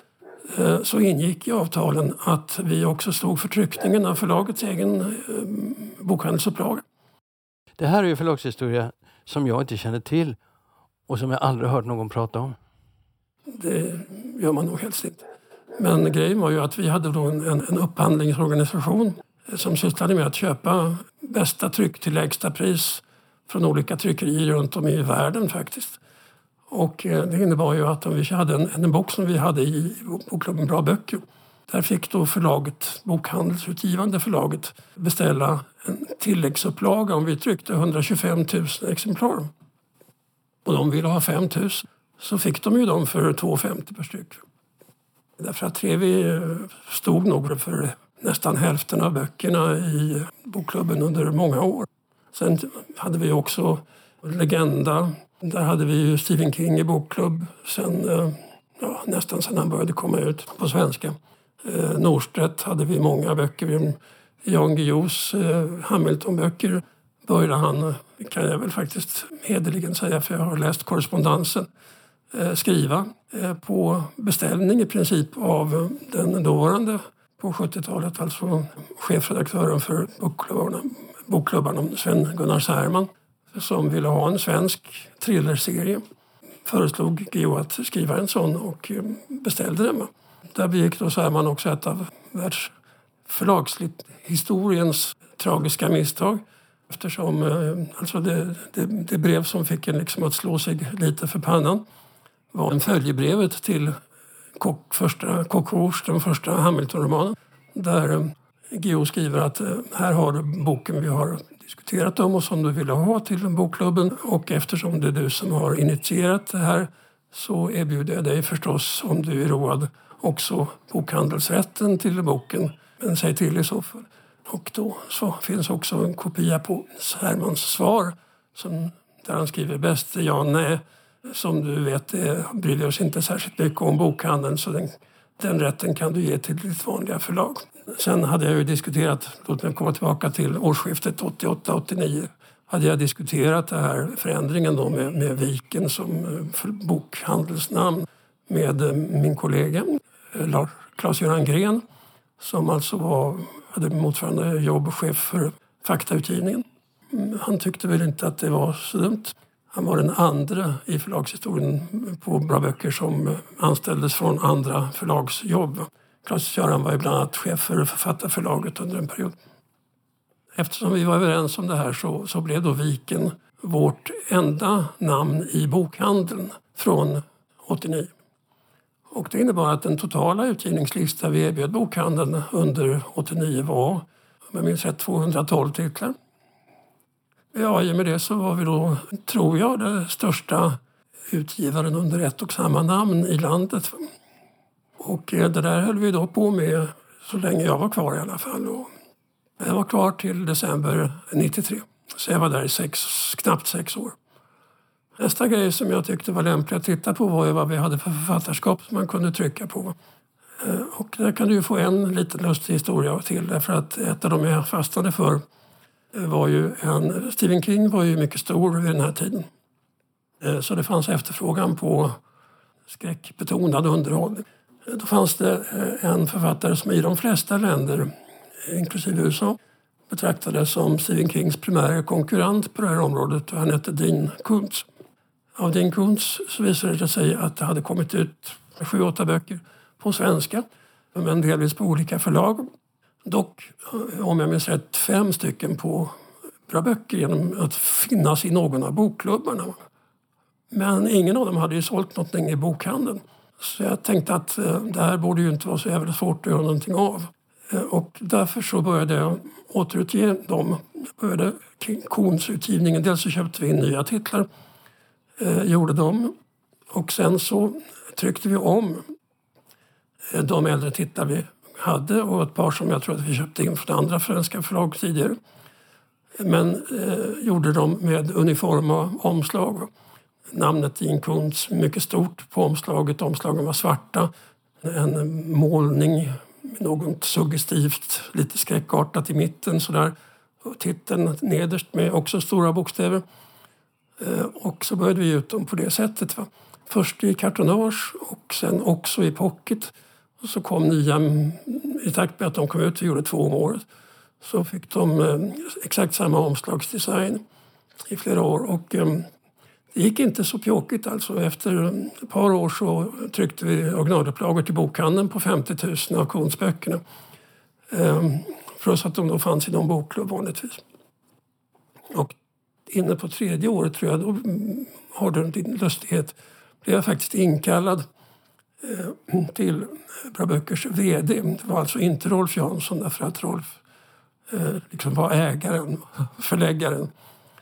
så ingick i avtalen att vi också stod för tryckningen av förlagets egen bokhandelsupplaga. Det här är ju förlagshistoria som jag inte känner till och som jag aldrig hört någon prata om. Det gör man nog helst inte. Men grejen var ju att vi hade då en, en upphandlingsorganisation som sysslade med att köpa bästa tryck till lägsta pris från olika tryckerier runt om i världen faktiskt. Och det innebar ju att om vi hade en, en bok som vi hade i bokklubben Bra Böcker, där fick då förlaget, bokhandelsutgivande förlaget, beställa en tilläggsupplaga om vi tryckte hundratjugofem tusen exemplar. Och de ville ha fem tusen, så fick de ju dem för två femtio per styck. Därför att Trevi stod nog för nästan hälften av böckerna i bokklubben under många år. Sen hade vi också Legenda. Där hade vi ju Stephen King i bokklubb sen, ja, nästan sedan han började komma ut på svenska. Eh, Norstedt hade vi många böcker. Jan Guillous eh, Hamilton-böcker började han, kan jag väl faktiskt hederligen säga för jag har läst korrespondensen, eh, skriva eh, på beställning i princip av den dåvarande på sjuttiotalet, alltså chefredaktören för bokklubbarna, bokklubbarna Sven-Gunnar Särman, som ville ha en svensk thrillerserie. Föreslog Geo att skriva en sån och beställde den. Där begick då Särman också ett av världsförlagshistoriens tragiska misstag. Eftersom alltså det, det, det brev som fick en liksom att slå sig lite för pannan var en följebrevet till Kock, första, Kock den första Hamilton-romanen. Där Geo skriver att här har du boken vi har diskuterat om och som du ville ha till bokklubben. Och eftersom det är du som har initierat det här så erbjuder jag dig förstås, om du är road, också bokhandelsrätten till boken. Men säg till i så fall. Och då så finns också en kopia på Särmans svar som, där han skriver bäst ja, nej. Som du vet det bryr vi oss inte särskilt mycket om bokhandeln så den, den rätten kan du ge till ditt vanliga förlag. Sen hade jag ju diskuterat, låt mig komma tillbaka till årsskiftet åttioåtta åttionio, hade jag diskuterat det här förändringen då med, med Viken som bokhandelsnamn med min kollega Lars Claes-Göran Gren som alltså var, hade motsvarande jobbchef för faktautgivningen. Han tyckte väl inte att det var så dumt. Han var den andra i förlagshistorien på Bra Böcker som anställdes från andra förlagsjobb. Claes-Göran var ju bland annat chef för författarförlaget under en period. Eftersom vi var överens om det här så, så blev då Viken vårt enda namn i bokhandeln från åttionio. Och det innebar att den totala utgivningslista vi erbjöd bokhandeln under åttionio var, om jag minns rätt, tvåhundratolv titlar. Ja, i och med det så var vi då, tror jag, den största utgivaren under ett och samma namn i landet. Och det där höll vi då på med så länge jag var kvar i alla fall. Och jag var kvar till december nittiotre. Så jag var där i sex, knappt sex år. Nästa grej som jag tyckte var lämplig att titta på var ju vad vi hade för författarskap som man kunde trycka på. Och där kan du ju få en liten lustig historia till. Därför att ett av de jag fastnade för var ju en... Stephen King var ju mycket stor vid den här tiden. Så det fanns efterfrågan på skräckbetonad underhållning. Då fanns det en författare som i de flesta länder, inklusive U S A, betraktades som Stephen Kings primära konkurrent på det här området. Han hette Dean Koontz. Av Dean Koontz så visade det sig att det hade kommit ut sju, åtta böcker på svenska, men delvis på olika förlag. Dock, om jag minns rätt, fem stycken på bra böcker genom att finnas i någon av bokklubbarna. Men ingen av dem hade ju sålt någonting i bokhandeln. Så jag tänkte att det här borde ju inte vara så jävla svårt att göra någonting av. Och därför så började jag återutge dem. Jag började Koontz-utgivningen. Dels så köpte vi in nya titlar, eh, gjorde dem. Och sen så tryckte vi om de äldre titlar vi hade och ett par som jag tror att vi köpte in från andra svenska förlag tidigare. Men eh, gjorde dem med uniforma omslag. Namnet Dean Koontz mycket stort på omslaget. Omslagen var svarta. En målning med något suggestivt, lite skräckartat i mitten. Sådär. Och titeln nederst med också stora bokstäver. Eh, och så började vi ut dem på det sättet. Va? Först i kartonage och sen också i pocket. Och så kom nya, i takt med att de kom ut, vi gjorde två om året. Så fick de eh, exakt samma omslagsdesign i flera år. Och eh, det gick inte så pjåkigt alltså. Efter ett par år så tryckte vi originalupplagor till bokhandeln på femtio tusen av Koontz-böckerna. Eh, för oss att de då fanns i någon bokklubb vanligtvis. Och inne på tredje året tror jag, då har du en lustighet, blev jag faktiskt inkallad eh, till Bra Böckers vd. Det var alltså inte Rolf Jansson därför att Rolf eh, liksom var ägaren, förläggaren.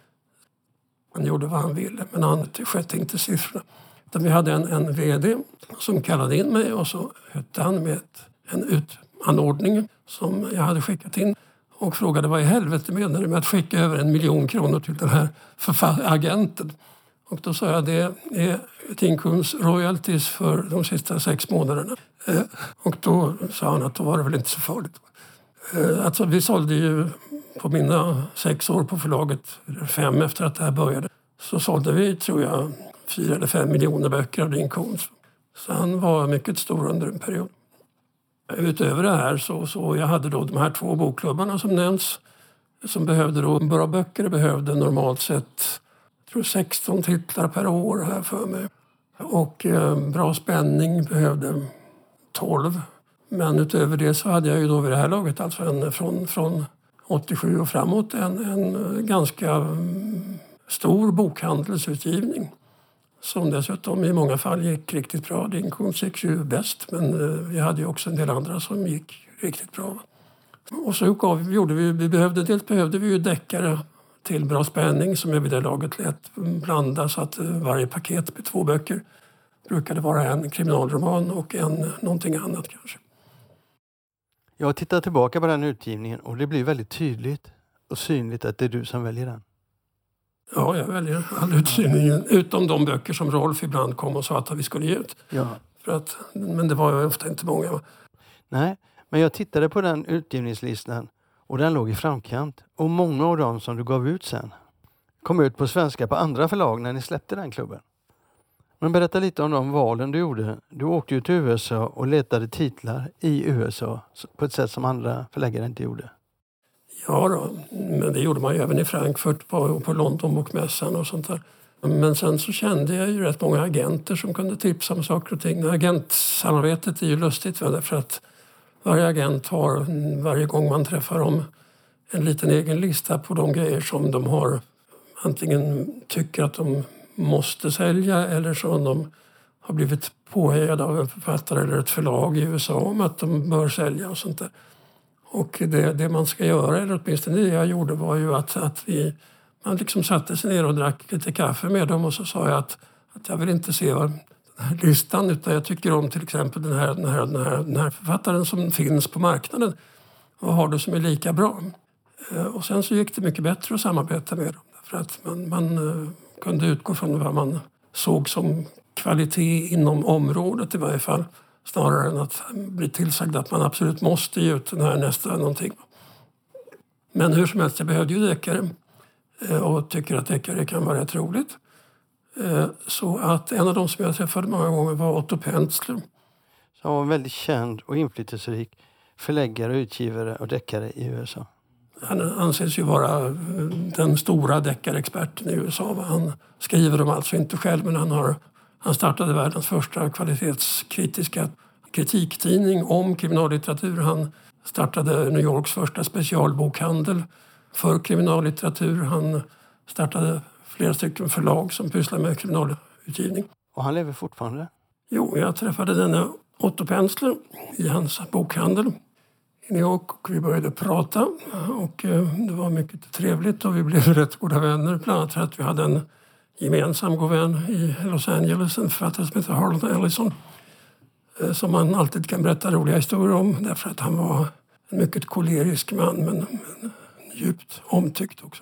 Han gjorde vad han ville, men han skötte inte siffrorna. Utan vi hade en, en vd som kallade in mig och så hötte han med ett, en utanordning som jag hade skickat in och frågade vad i helvete menade du med att skicka över en miljon kronor till den här agenten. Och då sa jag det är Dean Koontz royalties för de sista sex månaderna. Eh, och då sa han att då var det väl inte så farligt. Eh, alltså vi sålde ju på mina sex år på förlaget, fem efter att det här började, så sålde vi tror jag fyra eller fem miljoner böcker av Dean Koontz. Så han var mycket stor under en period. Utöver det här så, så jag hade då de här två bokklubbarna som nämns som behövde då, Bra Böcker behövde normalt sett jag tror sexton titlar per år här för mig. Och eh, Bra Spänning behövde tolv. Men utöver det så hade jag ju då vid det här laget, alltså en, från, från åttiosju och framåt, en, en ganska um, stor bokhandelsutgivning. Som dessutom i många fall gick riktigt bra. Dean Koontz gick ju bäst, men uh, vi hade ju också en del andra som gick riktigt bra. Och så gav, gjorde vi, vi behövde, dels behövde vi ju deckare till Bra Spänning som jag vid det laget lät blanda så att uh, varje paket med två böcker brukade vara en kriminalroman och en någonting annat kanske. Jag tittar tillbaka på den utgivningen och det blir väldigt tydligt och synligt att det är du som väljer den. Ja, jag väljer all utgivningen utom de böcker som Rolf ibland kom och sa att vi skulle ge ut. Ja. För att, men det var ju ofta inte många. Nej, men jag tittade på den utgivningslistan och den låg i framkant. Och många av dem som du gav ut sen kom ut på svenska på andra förlag när ni släppte den klubben. Men berätta lite om de valen du gjorde. Du åkte ju till U S A och letade titlar i U S A på ett sätt som andra förläggare inte gjorde. Ja då, men det gjorde man ju även i Frankfurt på, på London-bokmässan och sånt där. Men sen så kände jag ju rätt många agenter som kunde tipsa om saker och ting. Agentsamarbetet är ju lustigt för att varje agent har varje gång man träffar dem en liten egen lista på de grejer som de har antingen tycker att de måste sälja eller som de har blivit påhejad av en författare eller ett förlag i U S A om att de bör sälja och sånt där. Och det, det man ska göra, eller åtminstone det jag gjorde, var ju att, att vi, man liksom satte sig ner och drack lite kaffe med dem och så sa jag att, att jag vill inte se den här listan utan jag tycker om till exempel den här, den här, den här, den här författaren som finns på marknaden. Vad har du som är lika bra? Och sen så gick det mycket bättre att samarbeta med dem. För att man, man kunde utgå från vad man såg som kvalitet inom området i varje fall. Snarare än att bli tillsagd att man absolut måste ge ut den här nästa någonting. Men hur som helst, jag behövde ju deckare. Och tycker att deckare kan vara rätt roligt. Så att en av de som jag träffade många gånger var Otto Penzler. Som var en väldigt känd och inflytelserik förläggare, utgivare och deckare i U S A. Han anses ju vara den stora deckarexperten i U S A. Han skriver dem alltså inte själv, men han, har, han startade världens första kvalitetskritiska kritiktidning om kriminallitteratur. Han startade New Yorks första specialbokhandel för kriminallitteratur. Han startade flera stycken förlag som pysslar med kriminalutgivning. Och han lever fortfarande? Jo, jag träffade denne Otto Penzler i hans bokhandel i New York och vi började prata och det var mycket trevligt och vi blev rätt goda vänner. Bland annat för att vi hade en gemensam god vän i Los Angeles, en författare som heter Harlan Ellison, som man alltid kan berätta roliga historier om därför att han var en mycket kolerisk man men, men djupt omtyckt också.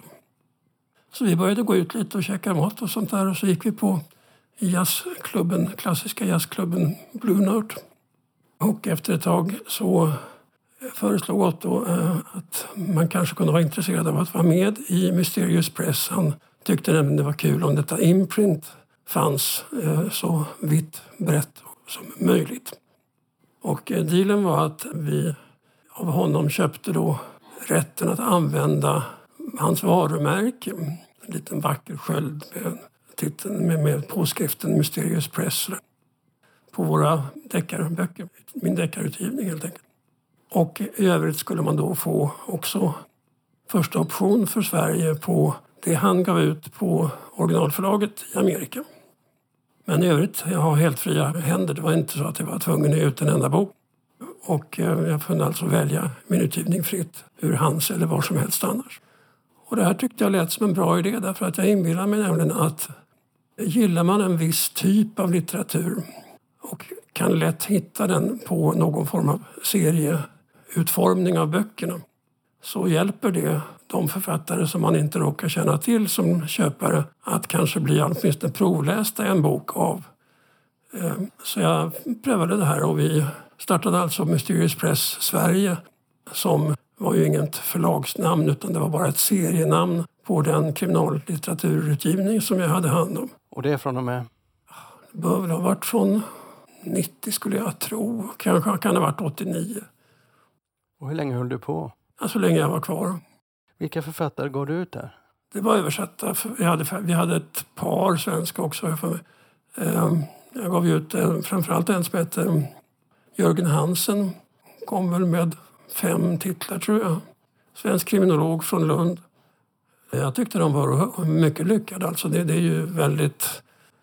Så vi började gå ut lite och käka mat och sånt där och så gick vi på jazzklubben, klassiska jazzklubben Blue Note. Och efter ett tag så föreslog Otto att man kanske kunde vara intresserad av att vara med i Mysterious Press. Han tyckte nämligen det var kul om detta imprint fanns så vitt brett som möjligt. Och dealen var att vi av honom köpte då rätten att använda hans varumärke. En liten vacker sköld med titeln med, med påskriften Mysterious Press på våra deckarböcker, min deckarutgivning helt enkelt. Och i övrigt skulle man då få också första option för Sverige på det han gav ut på originalförlaget i Amerika. Men i övrigt, jag har helt fria händer. Det var inte så att jag var tvungen att ge ut en enda bok. Och jag kunde alltså välja min utgivning fritt ur hans eller var som helst annars. Och det här tyckte jag lät som en bra idé därför att jag inbillar mig nämligen att gillar man en viss typ av litteratur och kan lätt hitta den på någon form av serieutformning av böckerna så hjälper det de författare som man inte råkar känna till som köpare att kanske bli åtminstone provlästa en bok av. Så jag prövade det här och vi startade alltså Mysterious Press Sverige som var ju inget förlagsnamn utan det var bara ett serienamn på den kriminallitteraturutgivning som jag hade hand om. Och det är från och med? Det bör väl ha varit från nittio skulle jag tro. Kanske kan det ha varit åttionio. Och hur länge höll du på? Ja, så länge jag var kvar. Vilka författare går du ut där? Det var översatta. Vi hade, vi hade ett par svenska också. För mig. Jag gav ut framförallt en som heter Jörgen Hansen. Kom väl med fem titlar tror jag. Svensk kriminolog från Lund. Jag tyckte de var mycket lyckade. Alltså det, det är ju väldigt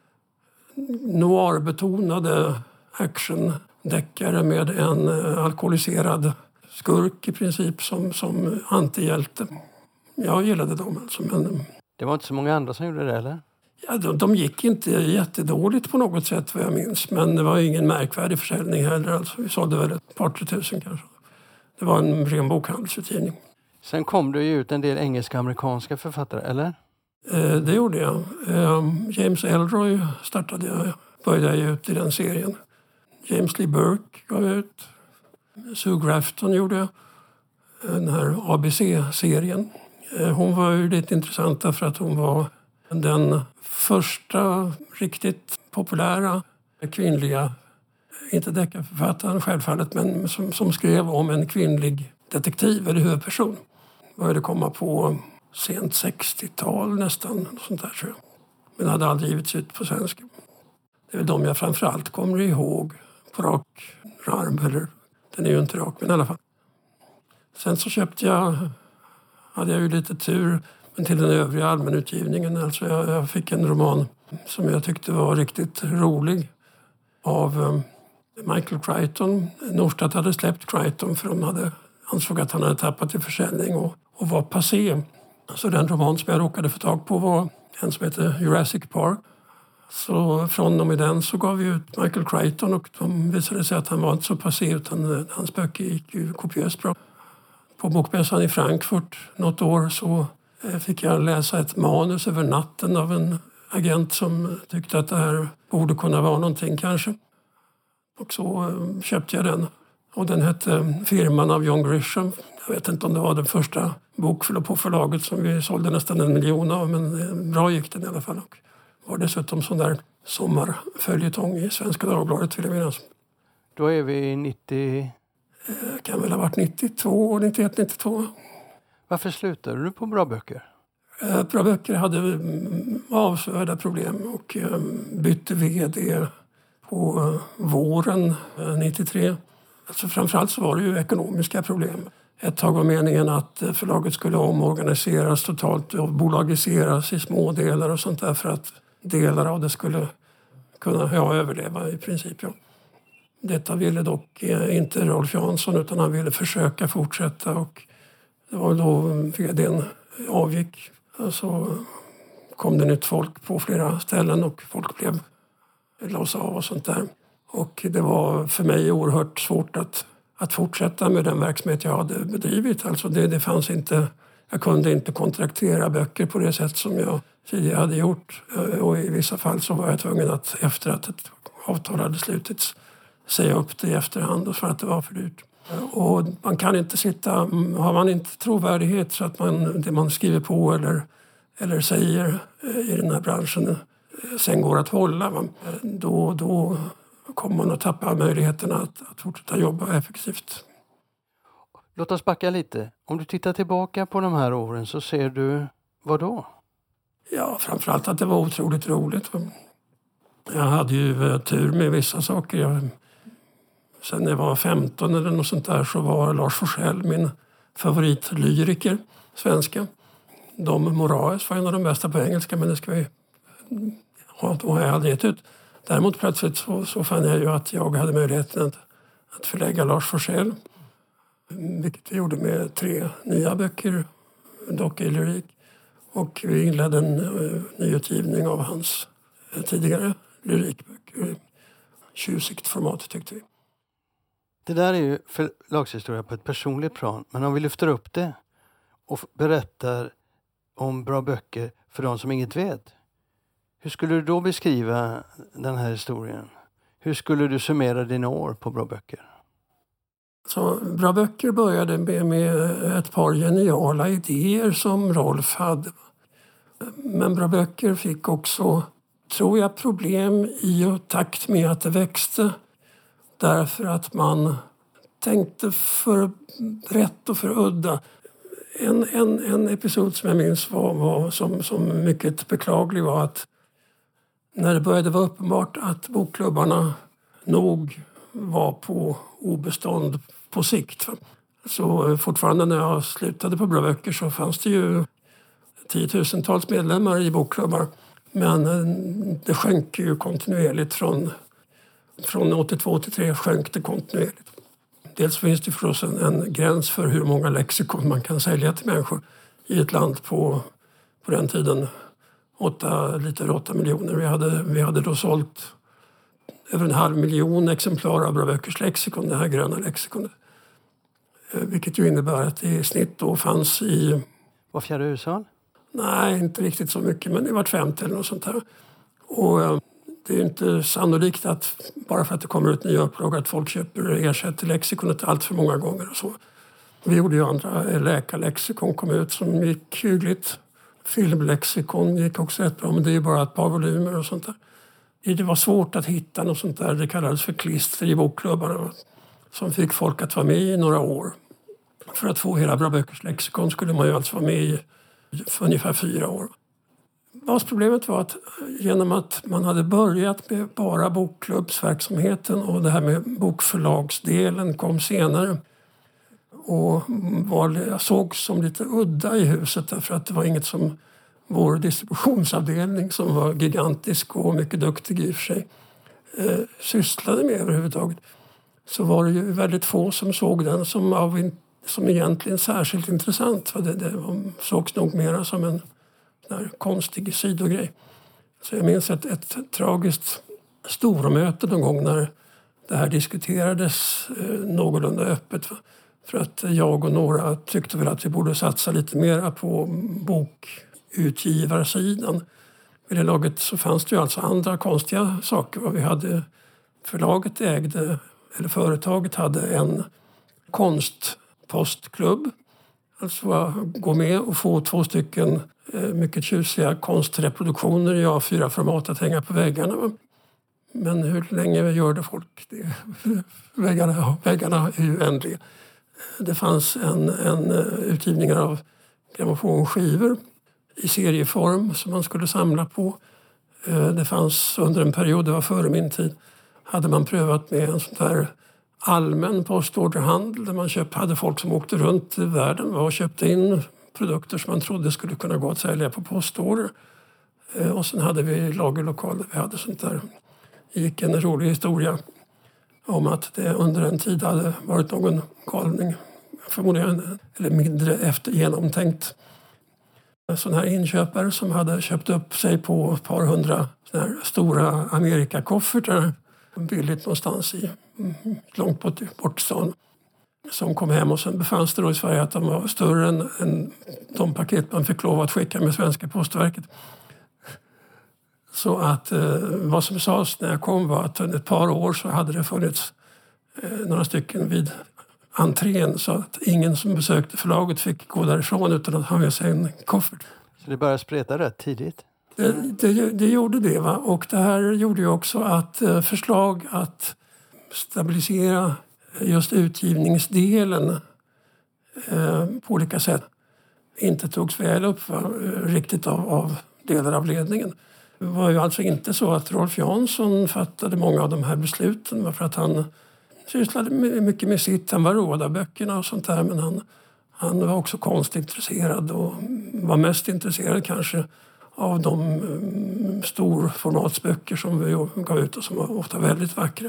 noirbetonade actiondeckare med en alkoholiserad skurk i princip som, som antihjälte. Jag gillade dem alltså. Men det var inte så många andra som gjorde det, eller? Ja, de, de gick inte jättedåligt på något sätt vad jag minns. Men det var ingen märkvärdig försäljning heller. Alltså, vi sålde väl ett par tre tusen kanske. Det var en ren bokhandelsutgivning. Sen kom det ju ut en del engelska-amerikanska författare, eller? Eh, det gjorde jag. Eh, James Ellroy startade jag. Började jag ut i den serien. James Lee Burke gav jag ut. Sue Grafton gjorde jag. Den här A B C-serien. Eh, hon var ju lite intressant därför att hon var den första riktigt populära kvinnliga, inte deckarförfattaren självfallet, men som, som skrev om en kvinnlig detektiv eller huvudperson. Började komma på sent sextiotal nästan, sånt där tror jag. Men hade aldrig givits ut på svenska. Det är väl de jag framförallt kommer ihåg på rak arm, eller den är ju inte rak, men i alla fall. Sen så köpte jag, hade jag ju lite tur, men till den övriga allmänutgivningen. Alltså jag, jag fick en roman som jag tyckte var riktigt rolig. av Michael Crichton. Norstad hade släppt Crichton för de hade, ansåg att han hade tappat i försäljning och, och var passé. Så den roman som jag råkade få tag på var en som heter Jurassic Park. Så från och med den så gav vi ut Michael Crichton och de visade sig att han var inte så passé utan hans böcker gick ju kopiöst bra. På bokmässan i Frankfurt något år så fick jag läsa ett manus över natten av en agent som tyckte att det här borde kunna vara någonting kanske. Och så köpte jag den. Och den hette Firman av John Grisham. Jag vet inte om det var den första bok på förlaget som vi sålde nästan en miljon av. Men bra gick den i alla fall. Och var dessutom sån där sommarföljetong i Svenska Dagbladet vill jag minnas. Då är vi nittio... Det kan väl ha varit nittiotvå, nittioett, nittiotvå. Varför slutade du på Bra Böcker? Bra Böcker hade avsevärda problem och bytte vd på våren nittiotre. Alltså framförallt så var det ju ekonomiska problem. Ett tag var meningen att förlaget skulle omorganiseras totalt och bolagiseras i små delar och sånt där för att delar av det skulle kunna ja, överleva i princip. Ja. Detta ville dock inte Rolf Jansson utan han ville försöka fortsätta och det var då vdn avgick. Så kom det nytt folk på flera ställen och folk blev låsa av och sånt där. Och det var för mig oerhört svårt att, att fortsätta med den verksamhet jag hade bedrivit. Alltså det, det fanns inte, jag kunde inte kontraktera böcker på det sätt som jag tidigare hade gjort. Och i vissa fall så var jag tvungen att efter att ett avtal hade slutits säga upp det i efterhand för att det var för dyrt. Och man kan inte sitta, har man inte trovärdighet så att man, det man skriver på eller, eller säger i den här branschen sen går att hålla, då, då kommer man att tappa möjligheterna att, att fortsätta jobba effektivt. Låt oss backa lite. Om du tittar tillbaka på de här åren så ser du vad då? Ja, framförallt att det var otroligt roligt. Jag hade ju tur med vissa saker. Jag, sen när jag var femton eller något sånt där så var Lars Forssell min favoritlyriker, svenska. Dom Moraes var en av de bästa på engelska, men det ska vi ha, då har jag aldrig gett ut. Däremot plötsligt så, så fann jag ju att jag hade möjligheten att, att förlägga Lars Forssell. Vilket vi gjorde med tre nya böcker, dock i lyrik. Och vi inledde en uh, nyutgivning av hans uh, tidigare lyrikböcker. Tjusigt format tyckte vi. Det där är ju förlagshistoria på ett personligt plan. Men om vi lyfter upp det och berättar om Bra Böcker för de som inget vet. Hur skulle du då beskriva den här historien? Hur skulle du summera dina år på Bra Böcker? Så Bra Böcker började med, med ett par geniala idéer som Rolf hade. Men Bra Böcker fick också, tror jag, problem i takt med att det växte. Därför att man tänkte för brett och för udda. En, en, en episod som jag minns var, var som, som mycket beklaglig var att när det började vara uppenbart att bokklubbarna nog var på obestånd på sikt. Så fortfarande när jag slutade på Bra Böcker så fanns det ju tiotusentals medlemmar i bokklubbar. Men det sjönk ju kontinuerligt från, från åttiotvå till tre sjönk det kontinuerligt. Dels finns det förstås en, en gräns för hur många lexikon man kan sälja till människor i ett land på, på den tiden. Åtta, lite över åtta miljoner. Vi hade, vi hade då sålt över en halv miljon exemplar av Bra Böckers lexikon, det här gröna lexikonet. Vilket ju innebär att det i snitt då fanns i... Var fjärde hushåll? Nej, inte riktigt så mycket, men det var femtio eller något sånt här. Och det är inte sannolikt att bara för att det kommer ut nya upplagor att folk köper ersätter lexikonet allt för många gånger och så. Vi gjorde ju andra, läkarlexikon kom ut som gick hyggligt. Filmlexikon gick också rätt bra, men det är ju bara ett par volymer och sånt där. Det var svårt att hitta något sånt där, det kallades för klister i bokklubbarna, som fick folk att vara med i några år. För att få hela Bra Böckers lexikon skulle man ju alltså vara med i för ungefär fyra år. Basproblemet var att genom att man hade börjat med bara bokklubbsverksamheten och det här med bokförlagsdelen kom senare och var, såg som lite udda i huset därför att det var inget som vår distributionsavdelning som var gigantisk och mycket duktig i och för sig eh, sysslade med överhuvudtaget, så var det ju väldigt få som såg den som, av, som egentligen särskilt intressant. För det, det sågs nog mera som en där konstig sidogrej. Så jag minns ett, ett tragiskt stormöte någon gång när det här diskuterades eh, någorlunda öppet. För att jag och några tyckte väl att vi borde satsa lite mer på bokutgivarsidan. Vid det laget så fanns det ju alltså andra konstiga saker. Vi hade, förlaget ägde, eller företaget hade en konstpostklubb. Alltså gå med och få två stycken mycket tjusiga konstreproduktioner i A fyra-format att hänga på väggarna. Men hur länge gör det folk? Det, väggarna, väggarna är ju ändliga. Det fanns en, en utgivning av grammofonskivor i serieform som man skulle samla på. Det fanns under en period, det var före min tid, hade man prövat med en sån där allmän postorderhandel där man köpt, hade folk som åkte runt i världen och köpte in produkter som man trodde skulle kunna gå att sälja på postorder. Och sen hade vi lagerlokaler, vi hade sånt där. Det gick en rolig historia om att det under en tid hade varit någon galning, förmodligen, eller mindre efter genomtänkt. Sådana här inköpare som hade köpt upp sig på ett par hundra såna här stora Amerikakoffertar billigt någonstans i långt bort, bort stan, som kom hem och sen befanns det då i Sverige att de var större än, än de paket man fick lov att skicka med Svenska Postverket. Så att eh, vad som sades när jag kom var att ett par år så hade det funnits eh, några stycken vid entrén så att ingen som besökte förlaget fick gå därifrån utan att ha med sig en koffert. Så det började spreta rätt tidigt? Det, det, det gjorde det, va? Och det här gjorde ju också att eh, förslag att stabilisera just utgivningsdelen eh, på olika sätt inte togs väl upp, va? Riktigt av, av delar av ledningen. Det var ju alltså inte så att Rolf Jansson fattade många av de här besluten för att han sysslade mycket med sitt. Han var rådarböckerna och sånt där, men han, han var också konstintresserad och var mest intresserad kanske av de um, storformatsböcker som vi gav ut och som var ofta väldigt vackra.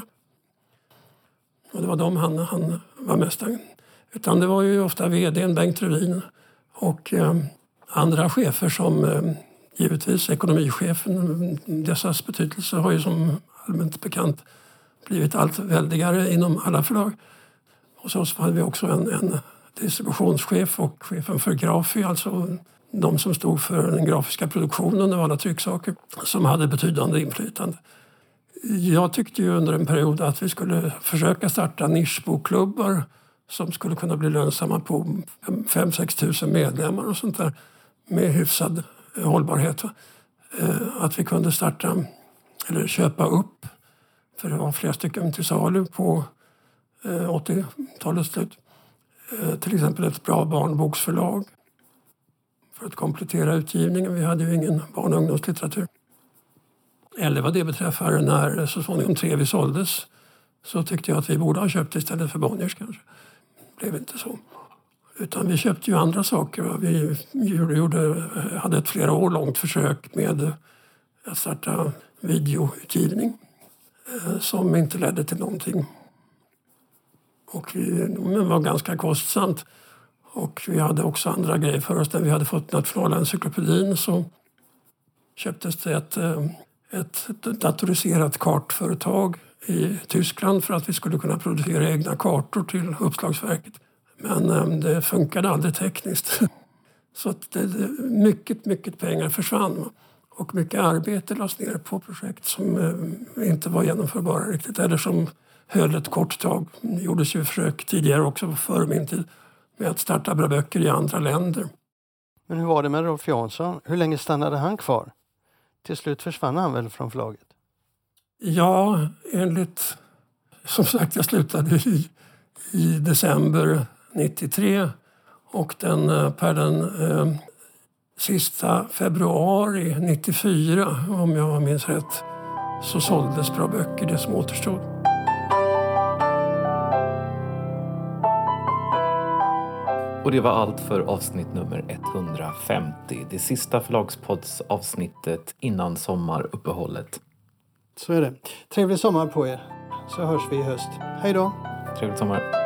Och det var de han, han var mest. Utan det var ju ofta vdn Bengt Revin och um, andra chefer som um, givetvis ekonomichefen. Dessas betydelse har ju som allmänt bekant blivit allt väldigare inom alla förlag. Och så hade vi också en, en distributionschef och chefen för Grafi, alltså de som stod för den grafiska produktionen av alla trycksaker, som hade betydande inflytande. Jag tyckte ju under en period att vi skulle försöka starta nischbokklubbar som skulle kunna bli lönsamma på fem sex tusen medlemmar och sånt där med hyfsad hållbarhet. Att vi kunde starta eller köpa upp, för det var flera stycken till salu på åttiotalets slut. Till exempel ett bra barnboksförlag för att komplettera utgivningen. Vi hade ju ingen barn- och ungdomslitteratur. Eller vad det beträffar, när så småningom Trevi såldes så tyckte jag att vi borde ha köpt istället för Bonniers kanske. Det blev inte så. Utan vi köpte ju andra saker. Vi gjorde, hade ett flera år långt försök med att starta videoutgivning som inte ledde till någonting. Och vi, men var ganska kostsamt. Och vi hade också andra grejer för oss. När vi hade fått Nationalencyklopedin så köptes det ett, ett datoriserat kartföretag i Tyskland för att vi skulle kunna producera egna kartor till uppslagsverket. Men det funkade aldrig tekniskt. Så att det, mycket, mycket pengar försvann. Och mycket arbete lades ner på projekt som inte var genomförbara riktigt. Eller som höll ett kort tag. Det gjordes ju försök tidigare också före min tid med att starta bra böcker i andra länder. Men hur var det med Rolf Jansson? Hur länge stannade han kvar? Till slut försvann han väl från förlaget? Ja, enligt... Som sagt, jag slutade i, i december nittiotre. Och den, per den eh, sista februari nittiofyra, om jag minns rätt, så såldes bra böcker, det som återstod. Och det var allt för avsnitt nummer etthundrafemtio. Det sista förlagspoddsavsnittet innan sommaruppehållet. Så är det. Trevlig sommar på er. Så hörs vi i höst. Hej då! Trevlig sommar.